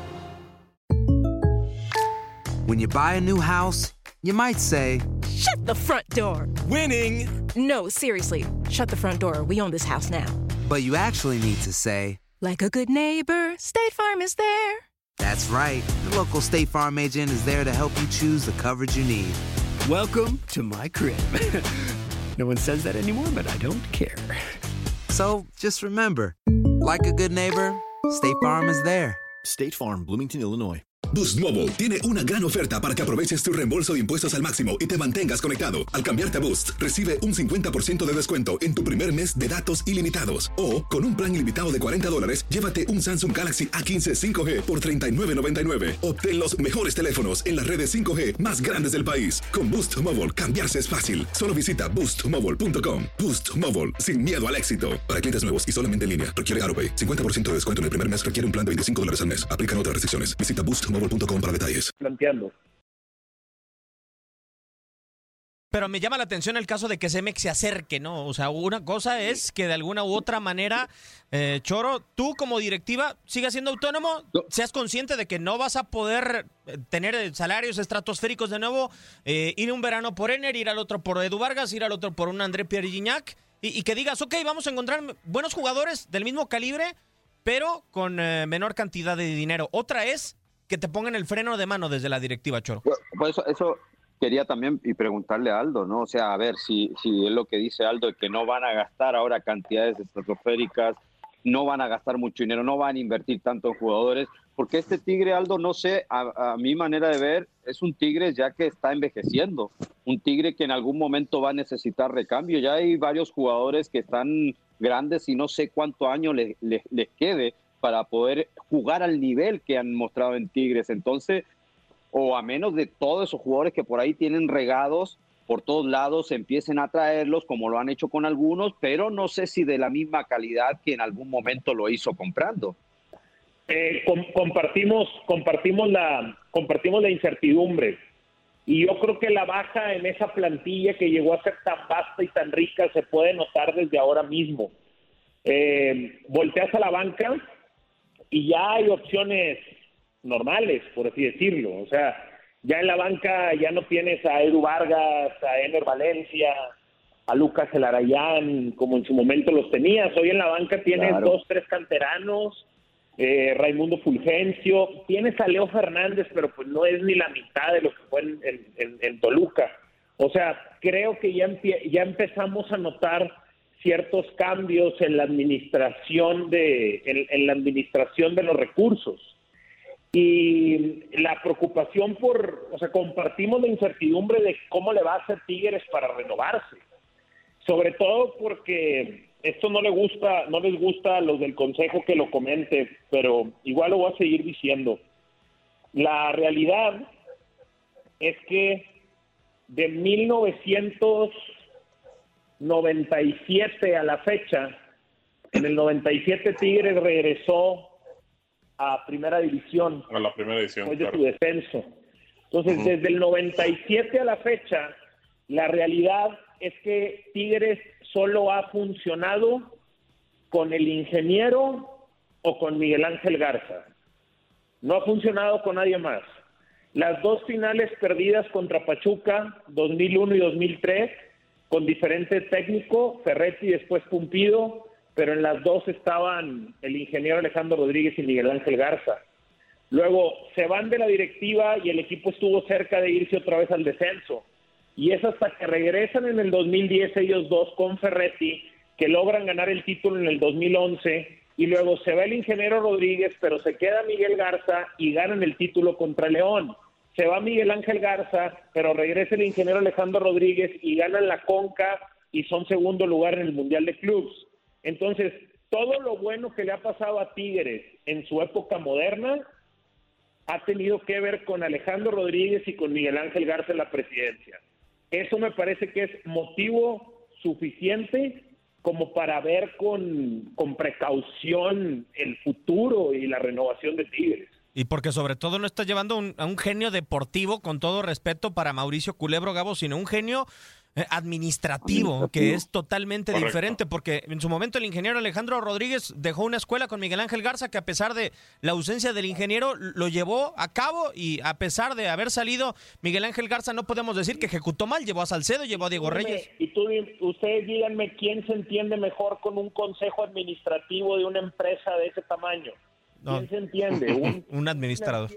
[SPEAKER 9] When you buy a new house, you might say,
[SPEAKER 14] "Shut the front door."
[SPEAKER 9] Winning!
[SPEAKER 14] No, seriously. Shut the front door. We own this house now.
[SPEAKER 9] But you actually need to say,
[SPEAKER 14] like a good neighbor, State Farm is there.
[SPEAKER 9] That's right. The local State Farm agent is there to help you choose the coverage you need.
[SPEAKER 15] Welcome to my crib. No one says that anymore, but I don't care.
[SPEAKER 9] So just remember, like a good neighbor, State Farm is there.
[SPEAKER 11] State Farm, Bloomington, Illinois.
[SPEAKER 12] Boost Mobile tiene una gran oferta para que aproveches tu reembolso de impuestos al máximo y te mantengas conectado. Al cambiarte a Boost, recibe un cincuenta por ciento de descuento en tu primer mes de datos ilimitados. O, con un plan ilimitado de cuarenta dólares, llévate un Samsung Galaxy A quince cinco G por treinta y nueve noventa y nueve. Obtén los mejores teléfonos en las redes cinco G más grandes del país. Con Boost Mobile, cambiarse es fácil. Solo visita boost mobile punto com. Boost Mobile, sin miedo al éxito. Para clientes nuevos y solamente en línea, requiere AutoPay. cincuenta por ciento de descuento en el primer mes requiere un plan de veinticinco dólares al mes. Aplican otras restricciones. Visita boost mobile punto com para detalles.
[SPEAKER 5] Planteando.
[SPEAKER 2] Pero me llama la atención el caso de que Cemex se acerque, ¿no? O sea, una cosa es que de alguna u otra manera, eh, Choro, tú como directiva sigas siendo autónomo, seas consciente de que no vas a poder tener salarios estratosféricos de nuevo, eh, ir un verano por Ener, ir al otro por Edu Vargas, ir al otro por un André Pierre Gignac, y, y que digas, ok, vamos a encontrar buenos jugadores del mismo calibre, pero con eh, menor cantidad de dinero. Otra es que te pongan el freno de mano desde la directiva, Choro.
[SPEAKER 3] Pues, pues eso, eso quería también y preguntarle a Aldo, ¿no? O sea, a ver, si, si es lo que dice Aldo, que no van a gastar ahora cantidades estratosféricas, no van a gastar mucho dinero, no van a invertir tanto en jugadores, porque este Tigre, Aldo, no sé, a, a mi manera de ver, es un Tigre ya que está envejeciendo, un Tigre que en algún momento va a necesitar recambio. Ya hay varios jugadores que están grandes y no sé cuánto año les, les, les quede para poder jugar al nivel que han mostrado en Tigres. Entonces, o a menos de todos esos jugadores que por ahí tienen regados por todos lados, empiecen a traerlos como lo han hecho con algunos, pero no sé si de la misma calidad que en algún momento lo hizo comprando.
[SPEAKER 5] Eh, com- compartimos, compartimos, la, compartimos la incertidumbre. Y yo creo que la baja en esa plantilla que llegó a ser tan vasta y tan rica se puede notar desde ahora mismo. Eh, volteas a la banca y ya hay opciones normales, por así decirlo. O sea, ya en la banca ya no tienes a Edu Vargas, a Ener Valencia, a Lucas Elarayán, como en su momento los tenías. Hoy en la banca tienes claro. dos, tres canteranos, eh, Raimundo Fulgencio, tienes a Leo Fernández, pero pues no es ni la mitad de lo que fue en, en, en, en Toluca. O sea, creo que ya, empie- ya empezamos a notar ciertos cambios en la administración de en, en la administración de los recursos. Y la preocupación por, o sea, compartimos la incertidumbre de cómo le va a hacer Tigres para renovarse. Sobre todo porque esto no le gusta, no les gusta a los del consejo que lo comente, pero igual lo voy a seguir diciendo. La realidad es que de mil novecientos noventa y siete a la fecha, en el noventa y siete Tigres regresó a primera división.
[SPEAKER 4] A la primera división,
[SPEAKER 5] después de
[SPEAKER 4] claro.
[SPEAKER 5] su descenso. Entonces, uh-huh. desde el noventa y siete a la fecha, la realidad es que Tigres solo ha funcionado con el ingeniero o con Miguel Ángel Garza. No ha funcionado con nadie más. Las dos finales perdidas contra Pachuca, dos mil uno y dos mil tres, con diferente técnico, Ferretti y después Pumpido, pero en las dos estaban el ingeniero Alejandro Rodríguez y Miguel Ángel Garza. Luego se van de la directiva y el equipo estuvo cerca de irse otra vez al descenso. Y es hasta que regresan en el dos mil diez ellos dos con Ferretti, que logran ganar el título en el dos mil once, y luego se va el ingeniero Rodríguez, pero se queda Miguel Garza y ganan el título contra León. Se va Miguel Ángel Garza, pero regresa el ingeniero Alejandro Rodríguez y ganan la Conca y son segundo lugar en el Mundial de Clubs. Entonces, todo lo bueno que le ha pasado a Tigres en su época moderna ha tenido que ver con Alejandro Rodríguez y con Miguel Ángel Garza en la presidencia. Eso me parece que es motivo suficiente como para ver con, con precaución el futuro y la renovación de Tigres.
[SPEAKER 2] Y porque sobre todo no está llevando un, a un genio deportivo, con todo respeto para Mauricio Culebro, Gabo, sino un genio eh, administrativo, administrativo, que es totalmente Correcto. diferente, porque en su momento el ingeniero Alejandro Rodríguez dejó una escuela con Miguel Ángel Garza que a pesar de la ausencia del ingeniero lo llevó a cabo, y a pesar de haber salido Miguel Ángel Garza no podemos decir que ejecutó mal, llevó a Salcedo, llevó a Diego Reyes.
[SPEAKER 5] Y tú, ustedes díganme quién se entiende mejor con un consejo administrativo de una empresa de ese tamaño. ¿Quién no. se entiende? ¿Un,
[SPEAKER 2] un administrador?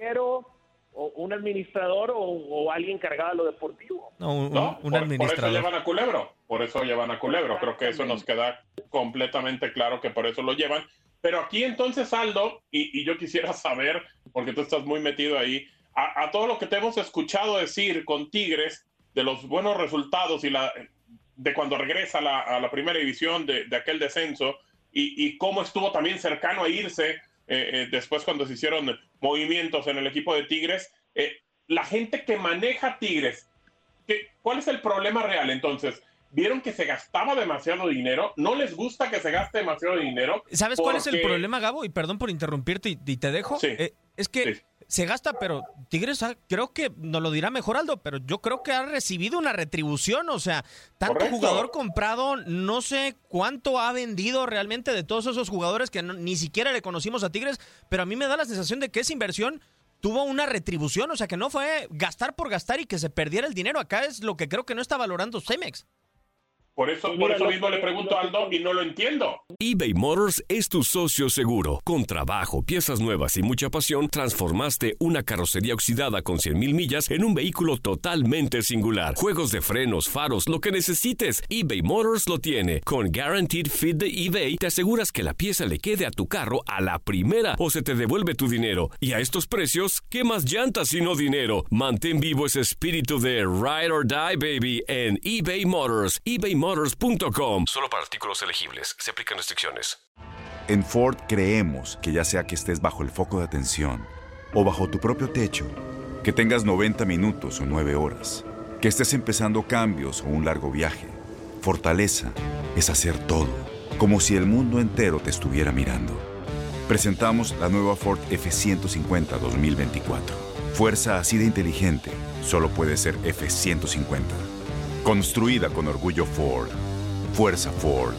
[SPEAKER 5] O un administrador o, o alguien cargado de lo deportivo.
[SPEAKER 2] No, un,
[SPEAKER 4] no
[SPEAKER 2] un
[SPEAKER 4] por,
[SPEAKER 2] administrador.
[SPEAKER 4] Por eso llevan a Culebro, por eso llevan a Culebro. Creo que eso nos queda completamente claro que por eso lo llevan. Pero aquí entonces, Aldo, y, y yo quisiera saber, porque tú estás muy metido ahí, a, a todo lo que te hemos escuchado decir con Tigres, de los buenos resultados y la de cuando regresa a la, a la primera división de, de aquel descenso, y, y cómo estuvo también cercano a irse Eh, eh, después cuando se hicieron movimientos en el equipo de Tigres, eh, la gente que maneja Tigres, ¿qué, ¿cuál es el problema real? Entonces, ¿vieron que se gastaba demasiado dinero? ¿No les gusta que se gaste demasiado dinero?
[SPEAKER 2] ¿Sabes
[SPEAKER 4] porque...
[SPEAKER 2] cuál es el problema, Gabo? Y perdón por interrumpirte y, y te dejo.
[SPEAKER 4] Sí.
[SPEAKER 2] Eh, es que sí. se gasta, pero Tigres ha, creo que nos lo dirá mejor Aldo, pero yo creo que ha recibido una retribución. O sea, tanto Correcto. jugador comprado, no sé cuánto ha vendido realmente de todos esos jugadores que no, ni siquiera le conocimos a Tigres, pero a mí me da la sensación de que esa inversión tuvo una retribución, o sea, que no fue gastar por gastar y que se perdiera el dinero. Acá es lo que creo que no está valorando Cemex.
[SPEAKER 4] Por eso, por eso mismo le pregunto a Aldo y no lo entiendo.
[SPEAKER 8] eBay Motors es tu socio seguro. Con trabajo, piezas nuevas y mucha pasión, transformaste una carrocería oxidada con cien mil millas en un vehículo totalmente singular. Juegos de frenos, faros, lo que necesites, eBay Motors lo tiene. Con Guaranteed Fit de eBay, te aseguras que la pieza le quede a tu carro a la primera o se te devuelve tu dinero. Y a estos precios, ¿qué más llantas y no dinero? Mantén vivo ese espíritu de Ride or Die, baby, en eBay Motors. eBay Motors punto com. Solo para artículos elegibles. Se aplican restricciones.
[SPEAKER 1] En Ford creemos que ya sea que estés bajo el foco de atención o bajo tu propio techo, que tengas noventa minutos o nueve horas, que estés empezando cambios o un largo viaje, fortaleza es hacer todo, como si el mundo entero te estuviera mirando. Presentamos la nueva Ford F ciento cincuenta dos mil veinticuatro. Fuerza así de inteligente solo puede ser F ciento cincuenta. Construida con orgullo Ford. Fuerza Ford.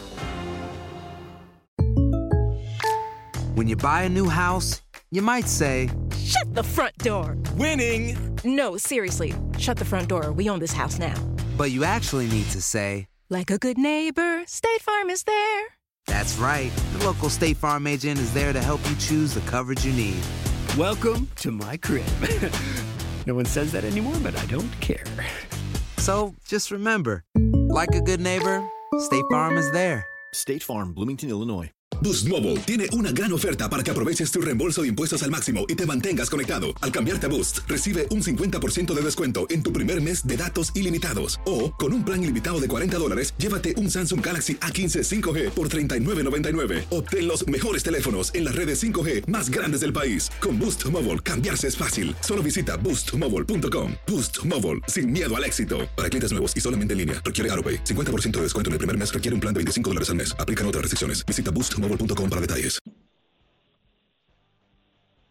[SPEAKER 9] When you buy a new house, you might say,
[SPEAKER 14] "Shut the front door."
[SPEAKER 15] Winning!
[SPEAKER 14] No, seriously. Shut the front door. We own this house now.
[SPEAKER 9] But you actually need to say,
[SPEAKER 14] like a good neighbor, State Farm is there.
[SPEAKER 9] That's right. The local State Farm agent is there to help you choose the coverage you need.
[SPEAKER 15] Welcome to my crib. No one says that anymore, but I don't care.
[SPEAKER 9] So, just remember, like a good neighbor, State Farm is there.
[SPEAKER 11] State Farm, Bloomington, Illinois.
[SPEAKER 12] Boost Mobile tiene una gran oferta para que aproveches tu reembolso de impuestos al máximo y te mantengas conectado. Al cambiarte a Boost, recibe un cincuenta por ciento de descuento en tu primer mes de datos ilimitados. O, con un plan ilimitado de cuarenta dólares, llévate un Samsung Galaxy A quince cinco G por treinta y nueve noventa y nueve. Obtén los mejores teléfonos en las redes cinco G más grandes del país. Con Boost Mobile, cambiarse es fácil. Solo visita boost mobile punto com. Boost Mobile, sin miedo al éxito. Para clientes nuevos y solamente en línea, requiere AutoPay. cincuenta por ciento de descuento en el primer mes requiere un plan de veinticinco dólares al mes. Aplican otras restricciones. Visita boost mobile punto com para detalles.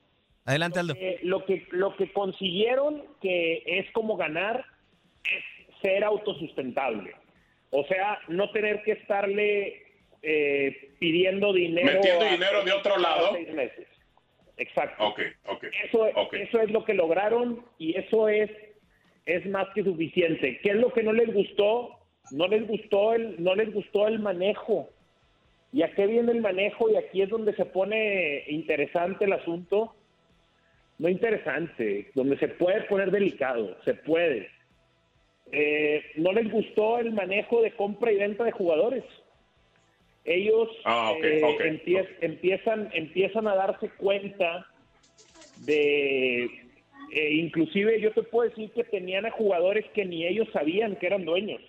[SPEAKER 2] Adelante, Aldo.
[SPEAKER 5] Lo que, lo que, lo que consiguieron, que es como ganar, es ser autosustentable. O sea, no tener que estarle eh, pidiendo dinero.
[SPEAKER 4] Metiendo dinero de otro lado.
[SPEAKER 5] Seis meses. Exacto.
[SPEAKER 4] Ok, ok.
[SPEAKER 5] Eso,
[SPEAKER 4] okay.
[SPEAKER 5] eso es lo que lograron y eso es, es más que suficiente. ¿Qué es lo que no les gustó? No les gustó el, no les gustó el manejo. ¿Y a qué viene el manejo? Y aquí es donde se pone interesante el asunto. No interesante, donde se puede poner delicado, se puede. Eh, no les gustó el manejo de compra y venta de jugadores. Ellos
[SPEAKER 4] ah, okay,
[SPEAKER 5] eh,
[SPEAKER 4] okay,
[SPEAKER 5] empie-
[SPEAKER 4] okay.
[SPEAKER 5] empiezan empiezan a darse cuenta de, eh, inclusive yo te puedo decir que tenían a jugadores que ni ellos sabían que eran dueños.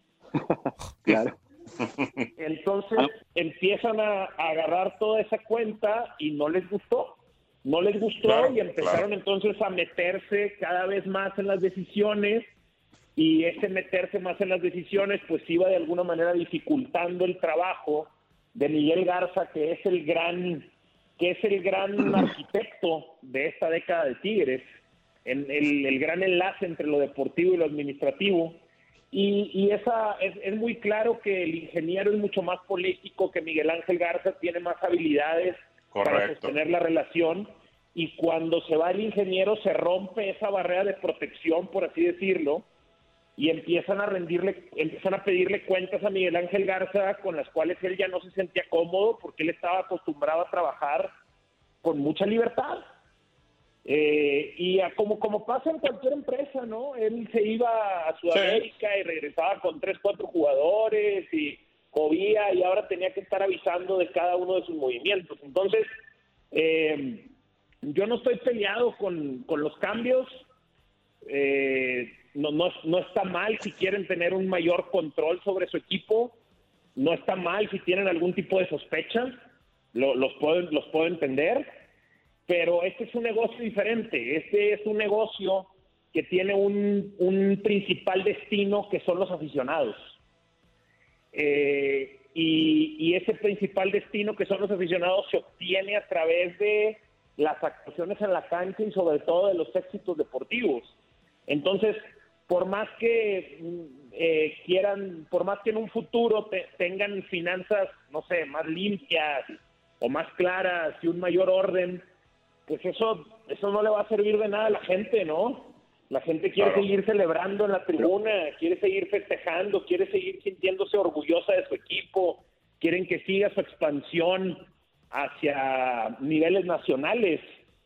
[SPEAKER 3] Claro.
[SPEAKER 5] Entonces empiezan a, a agarrar toda esa cuenta y no les gustó. No les gustó
[SPEAKER 4] claro,
[SPEAKER 5] y empezaron
[SPEAKER 4] claro.
[SPEAKER 5] entonces a meterse cada vez más en las decisiones y ese meterse más en las decisiones pues iba de alguna manera dificultando el trabajo de Miguel Garza, que es el gran que es el gran arquitecto de esta década de Tigres, en el, el gran enlace entre lo deportivo y lo administrativo. Y, y esa es, es muy claro que el ingeniero es mucho más político, que Miguel Ángel Garza tiene más habilidades
[SPEAKER 4] Correcto.
[SPEAKER 5] para sostener la relación, y cuando se va el ingeniero se rompe esa barrera de protección, por así decirlo, y empiezan a rendirle, empiezan a pedirle cuentas a Miguel Ángel Garza con las cuales él ya no se sentía cómodo porque él estaba acostumbrado a trabajar con mucha libertad. Eh, y a, como, como pasa en cualquier empresa, ¿no? Él se iba a Sudamérica sí. y regresaba con tres, cuatro jugadores y movía y ahora tenía que estar avisando de cada uno de sus movimientos. Entonces, eh, yo no estoy peleado con, con los cambios. Eh, no, no, no está mal si quieren tener un mayor control sobre su equipo. No está mal si tienen algún tipo de sospecha. Lo, los, puedo, los puedo entender. Pero este es un negocio diferente. Este es un negocio que tiene un, un principal destino que son los aficionados. Eh, y, y ese principal destino que son los aficionados se obtiene a través de las actuaciones en la cancha y sobre todo de los éxitos deportivos. Entonces, por más que eh, quieran, por más que en un futuro te, tengan finanzas, no sé, más limpias o más claras y un mayor orden, pues eso, eso no le va a servir de nada a la gente, ¿no? La gente quiere claro. seguir celebrando en la tribuna, quiere seguir festejando, quiere seguir sintiéndose orgullosa de su equipo, quieren que siga su expansión hacia niveles nacionales.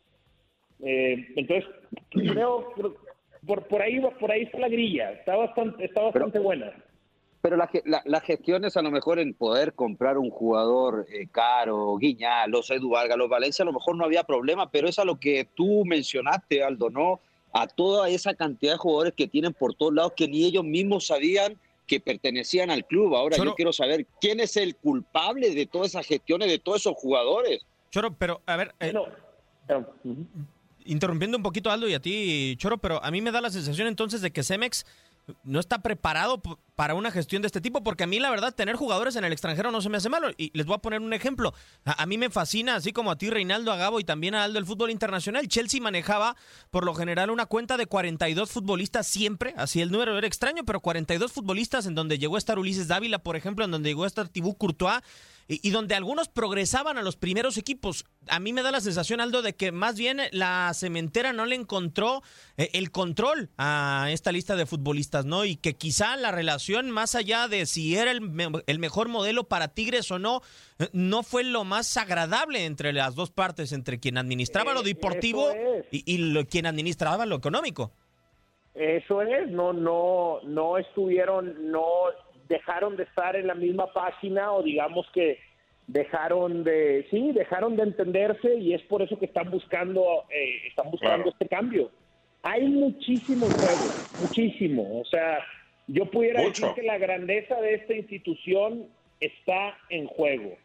[SPEAKER 5] Eh, entonces, creo que por, por ahí por ahí está la grilla, está bastante, está bastante
[SPEAKER 3] pero,
[SPEAKER 5] buena.
[SPEAKER 3] Pero la, la, la gestión es a lo mejor en poder comprar un jugador eh, caro, Guiñá, los Edu Vargas, los Valencia, a lo mejor no había problema, pero es a lo que tú mencionaste, Aldo, ¿no? A toda esa cantidad de jugadores que tienen por todos lados que ni ellos mismos sabían que pertenecían al club. Ahora Choro, yo quiero saber quién es el culpable de todas esas gestiones, de todos esos jugadores.
[SPEAKER 2] Choro, pero a ver, eh,
[SPEAKER 5] no. uh-huh.
[SPEAKER 2] interrumpiendo un poquito a Aldo y a ti, Choro, pero a mí me da la sensación entonces de que Cemex no está preparado p- para una gestión de este tipo, porque a mí la verdad tener jugadores en el extranjero no se me hace malo, y les voy a poner un ejemplo. A, a mí me fascina, así como a ti, Reinaldo, a Gabo y también a Aldo, el fútbol internacional. Chelsea manejaba por lo general una cuenta de cuarenta y dos futbolistas siempre, así el número era extraño, pero cuarenta y dos futbolistas, en donde llegó a estar Ulises Dávila, por ejemplo, en donde llegó a estar Thibaut Courtois, y, y donde algunos progresaban a los primeros equipos. A mí me da la sensación, Aldo, de que más bien la cementera no le encontró eh, el control a esta lista de futbolistas, ¿no? Y que quizá la relación, más allá de si era el, me- el mejor modelo para Tigres o no, eh, no fue lo más agradable entre las dos partes, entre quien administraba
[SPEAKER 5] Eh,
[SPEAKER 2] lo deportivo
[SPEAKER 5] es.
[SPEAKER 2] y, y lo, quien administraba lo económico.
[SPEAKER 5] Eso es, no, no, no estuvieron, no dejaron de estar en la misma página, o digamos que dejaron de, sí, dejaron de entenderse, y es por eso que están buscando, eh, están buscando
[SPEAKER 4] Claro.
[SPEAKER 5] este cambio. Hay muchísimo en juego, muchísimo. O sea, yo pudiera
[SPEAKER 4] Mucho.
[SPEAKER 5] decir que la grandeza de esta institución está en juego,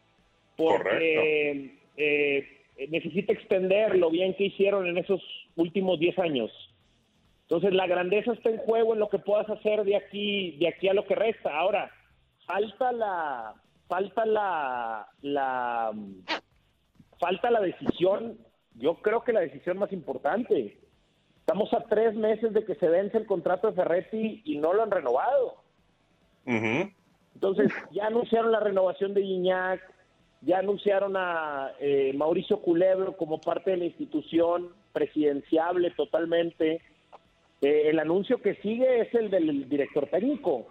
[SPEAKER 5] porque eh, necesita extender lo bien que hicieron en esos últimos diez años. Entonces, la grandeza está en juego en lo que puedas hacer de aquí, de aquí a lo que resta. Ahora, falta la, falta la, la, falta la decisión. Yo creo que la decisión más importante, Estamos a tres meses de que se vence el contrato de Ferretti y no lo han renovado.
[SPEAKER 4] Uh-huh.
[SPEAKER 5] Entonces, ya anunciaron la renovación de Gignac, ya anunciaron a eh, Mauricio Culebro como parte de la institución, presidenciable totalmente. Eh, el anuncio que sigue es el del director técnico.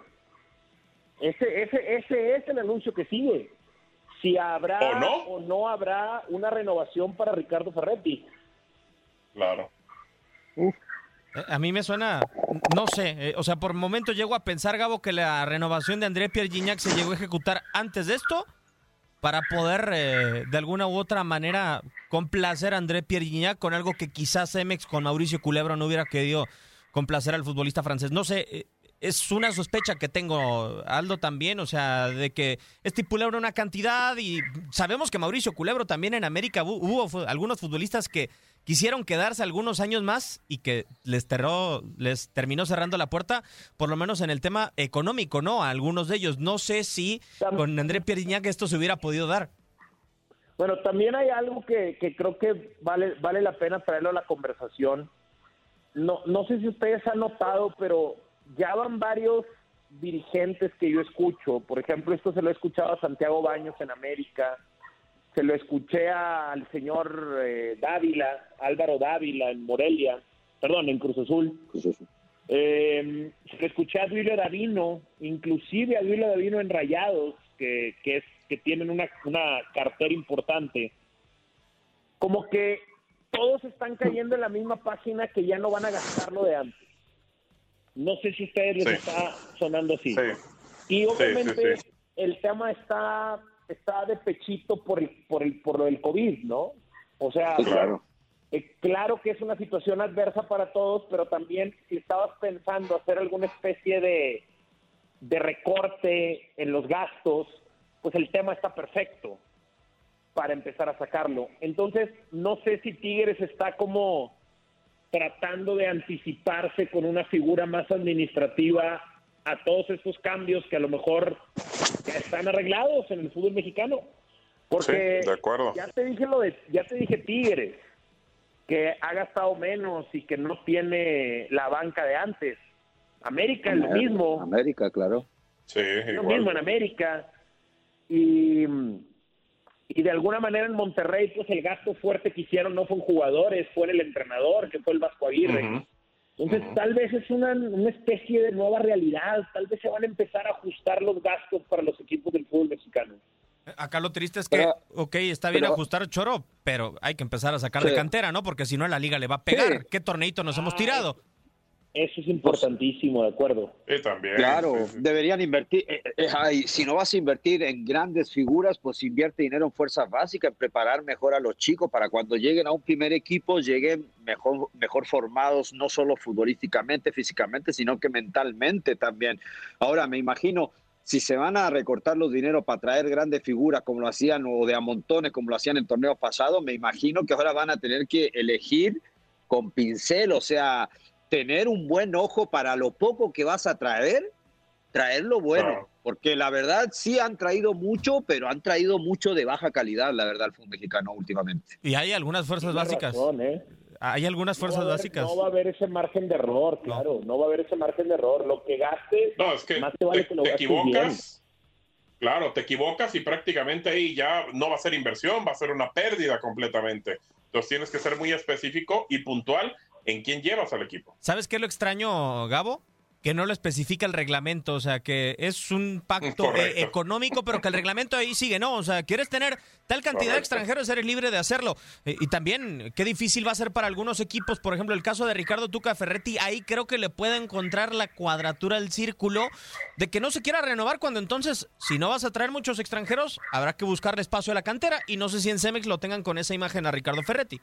[SPEAKER 5] Ese, ese, ese es el anuncio que sigue. Si habrá
[SPEAKER 4] ¿O no?
[SPEAKER 5] o no habrá una renovación para Ricardo Ferretti.
[SPEAKER 4] Claro.
[SPEAKER 2] Uf. A mí me suena, no sé, eh, o sea, por momento llego a pensar, Gabo, que la renovación de André Pierre Gignac se llegó a ejecutar antes de esto para poder eh, de alguna u otra manera complacer a André Pierre Gignac con algo que quizás Cemex con Mauricio Culebro no hubiera querido complacer al futbolista francés. No sé, eh, es una sospecha que tengo, Aldo, también, o sea, de que estipularon una cantidad y sabemos que Mauricio Culebro también en América hubo, hubo algunos futbolistas que quisieron quedarse algunos años más y que les, terró, les terminó cerrando la puerta, por lo menos en el tema económico, ¿no? A algunos de ellos. No sé si con André Pierre Gignac esto se hubiera podido dar.
[SPEAKER 5] Bueno, también hay algo que, que creo que vale, vale la pena traerlo a la conversación. No, no sé si ustedes han notado, pero ya van varios dirigentes que yo escucho. Por ejemplo, esto se lo he escuchado a Santiago Baños en América, se lo escuché al señor eh, Dávila, Álvaro Dávila en Morelia, perdón, en Cruz Azul. Cruz Azul. Eh, se lo escuché a Duilio Davino, inclusive a Duilio Davino en Rayados, que, que, es, que tienen una, una cartera importante. Como que todos están cayendo en la misma página que ya no van a gastar lo de antes. No sé si a ustedes les sí. está sonando así. Sí. Y obviamente sí, sí, sí. el tema está... está de pechito por el, por el por lo del COVID, ¿no? O sea, sí, claro. Eh, claro que es una situación adversa para todos, pero también si estabas pensando hacer alguna especie de, de recorte en los gastos, pues el tema está perfecto para empezar a sacarlo. Entonces, no sé si Tigres está como tratando de anticiparse con una figura más administrativa a todos estos cambios que a lo mejor ya están arreglados en el fútbol mexicano. Porque
[SPEAKER 4] sí, de acuerdo.
[SPEAKER 5] ya te dije lo de, ya te dije Tigres, que ha gastado menos y que no tiene la banca de antes. América es lo mismo.
[SPEAKER 3] América, claro.
[SPEAKER 4] Sí,
[SPEAKER 5] es lo
[SPEAKER 4] igual.
[SPEAKER 5] mismo en América. Y, y de alguna manera en Monterrey, pues el gasto fuerte que hicieron no fue en jugadores, fue en el entrenador, que fue el Vasco Aguirre. Uh-huh. Entonces, uh-huh. tal vez es una, una especie de nueva realidad. Tal vez se van a empezar a ajustar los gastos para los equipos del fútbol mexicano.
[SPEAKER 2] Acá lo triste es que, pero, ok, está bien pero, ajustar Choro, pero hay que empezar a sacar sí. de cantera, ¿no? Porque si no, la liga le va a pegar. Sí. ¿Qué torneito nos ah, hemos tirado?
[SPEAKER 5] Eso es importantísimo, de acuerdo.
[SPEAKER 4] Sí, también.
[SPEAKER 3] Claro,
[SPEAKER 4] sí, sí.
[SPEAKER 3] deberían invertir. Eh, eh, ay, si no vas a invertir en grandes figuras, pues invierte dinero en fuerzas básicas, en preparar mejor a los chicos para cuando lleguen a un primer equipo, lleguen mejor, mejor formados, no solo futbolísticamente, físicamente, sino que mentalmente también. Ahora, me imagino, si se van a recortar los dineros para traer grandes figuras como lo hacían, o de a montones como lo hacían en torneos pasados, me imagino que ahora van a tener que elegir con pincel, o sea, tener un buen ojo para lo poco que vas a traer, traer lo bueno, claro. Porque la verdad sí han traído mucho, pero han traído mucho de baja calidad, la verdad, el fútbol mexicano últimamente.
[SPEAKER 2] Y hay algunas fuerzas
[SPEAKER 5] Tienes
[SPEAKER 2] básicas.
[SPEAKER 5] Razón, ¿eh?
[SPEAKER 2] Hay algunas fuerzas
[SPEAKER 5] no haber,
[SPEAKER 2] básicas.
[SPEAKER 5] No va a haber ese margen de error, claro, no, no va a haber ese margen de error. Lo que gastes,
[SPEAKER 4] no, es que
[SPEAKER 5] más te vale
[SPEAKER 4] te,
[SPEAKER 5] que lo
[SPEAKER 4] te
[SPEAKER 5] gastes
[SPEAKER 4] equivocas.
[SPEAKER 5] Bien.
[SPEAKER 4] Claro, te equivocas y prácticamente ahí ya no va a ser inversión, va a ser una pérdida completamente. Entonces tienes que ser muy específico y puntual en quién llevas al equipo. ¿
[SPEAKER 2] ¿Sabes qué es lo extraño, Gabo? Que no lo especifica el reglamento, o sea, que es un pacto eh, económico, pero que el reglamento ahí sigue, ¿no? O sea, quieres tener tal cantidad Correcto. de extranjeros, eres libre de hacerlo. Eh, y también, qué difícil va a ser para algunos equipos, por ejemplo, el caso de Ricardo Tuca Ferretti, ahí creo que le puede encontrar la cuadratura del círculo de que no se quiera renovar, cuando entonces, si no vas a traer muchos extranjeros, habrá que buscarle espacio a la cantera, y no sé si en Cemex lo tengan con esa imagen a Ricardo Ferretti.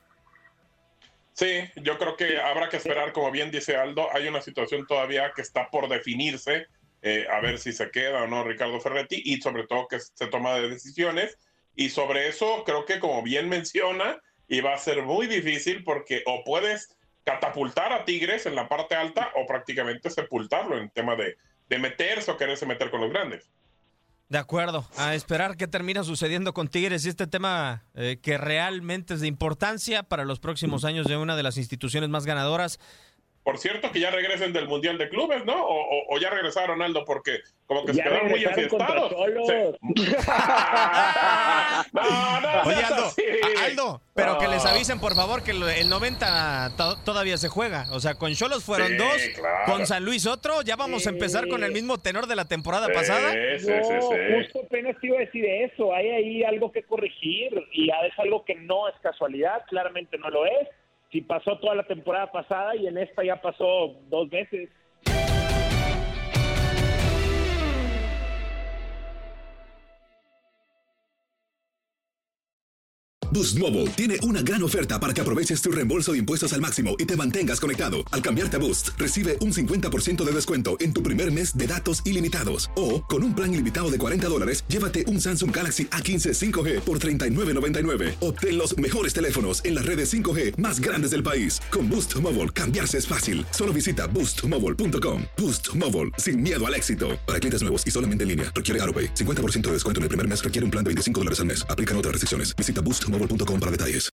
[SPEAKER 4] Sí, yo creo que habrá que esperar, como bien dice Aldo, hay una situación todavía que está por definirse, eh, a ver si se queda o no Ricardo Ferretti, y sobre todo que se toma de decisiones, y sobre eso creo que, como bien menciona, y va a ser muy difícil porque o puedes catapultar a Tigres en la parte alta o prácticamente sepultarlo en tema de, de meterse o quererse meter con los grandes.
[SPEAKER 2] De acuerdo, a esperar qué termina sucediendo con Tigres y este tema eh, que realmente es de importancia para los próximos años de una de las instituciones más ganadoras.
[SPEAKER 4] Por cierto, que ya regresen del Mundial de Clubes, ¿no? O, o, o ya regresaron, Aldo, porque como que
[SPEAKER 5] ya
[SPEAKER 4] se quedaron muy enfiestados. Se... no, no,
[SPEAKER 2] Oye,
[SPEAKER 4] no,
[SPEAKER 2] Aldo,
[SPEAKER 4] sí.
[SPEAKER 2] Aldo, pero
[SPEAKER 4] no.
[SPEAKER 2] que les avisen, por favor, que el noventa to- todavía se juega. O sea, con Xolos fueron
[SPEAKER 4] Sí,
[SPEAKER 2] dos,
[SPEAKER 4] claro.
[SPEAKER 2] con San Luis otro. ¿Ya vamos
[SPEAKER 5] Sí.
[SPEAKER 2] a empezar con el mismo tenor de la temporada
[SPEAKER 4] Sí,
[SPEAKER 2] pasada?
[SPEAKER 4] sí, sí,
[SPEAKER 5] No,
[SPEAKER 4] sí.
[SPEAKER 5] justo apenas te iba a decir eso. Hay ahí algo que corregir y es algo que no es casualidad, claramente no lo es. Si pasó toda la temporada pasada y en esta ya pasó dos veces.
[SPEAKER 12] Boost Mobile tiene una gran oferta para que aproveches tu reembolso de impuestos al máximo y te mantengas conectado. Al cambiarte a Boost, recibe un cincuenta por ciento de descuento en tu primer mes de datos ilimitados. O, con un plan ilimitado de cuarenta dólares, llévate un Samsung Galaxy A quince cinco G por treinta y nueve noventa y nueve. Obtén los mejores teléfonos en las redes cinco G más grandes del país. Con Boost Mobile, cambiarse es fácil. Solo visita boost mobile punto com. Boost Mobile, sin miedo al éxito. Para clientes nuevos y solamente en línea, requiere AutoPay. cincuenta por ciento de descuento en el primer mes requiere un plan de veinticinco dólares al mes. Aplican otras restricciones. Visita boost mobile punto com para detalles.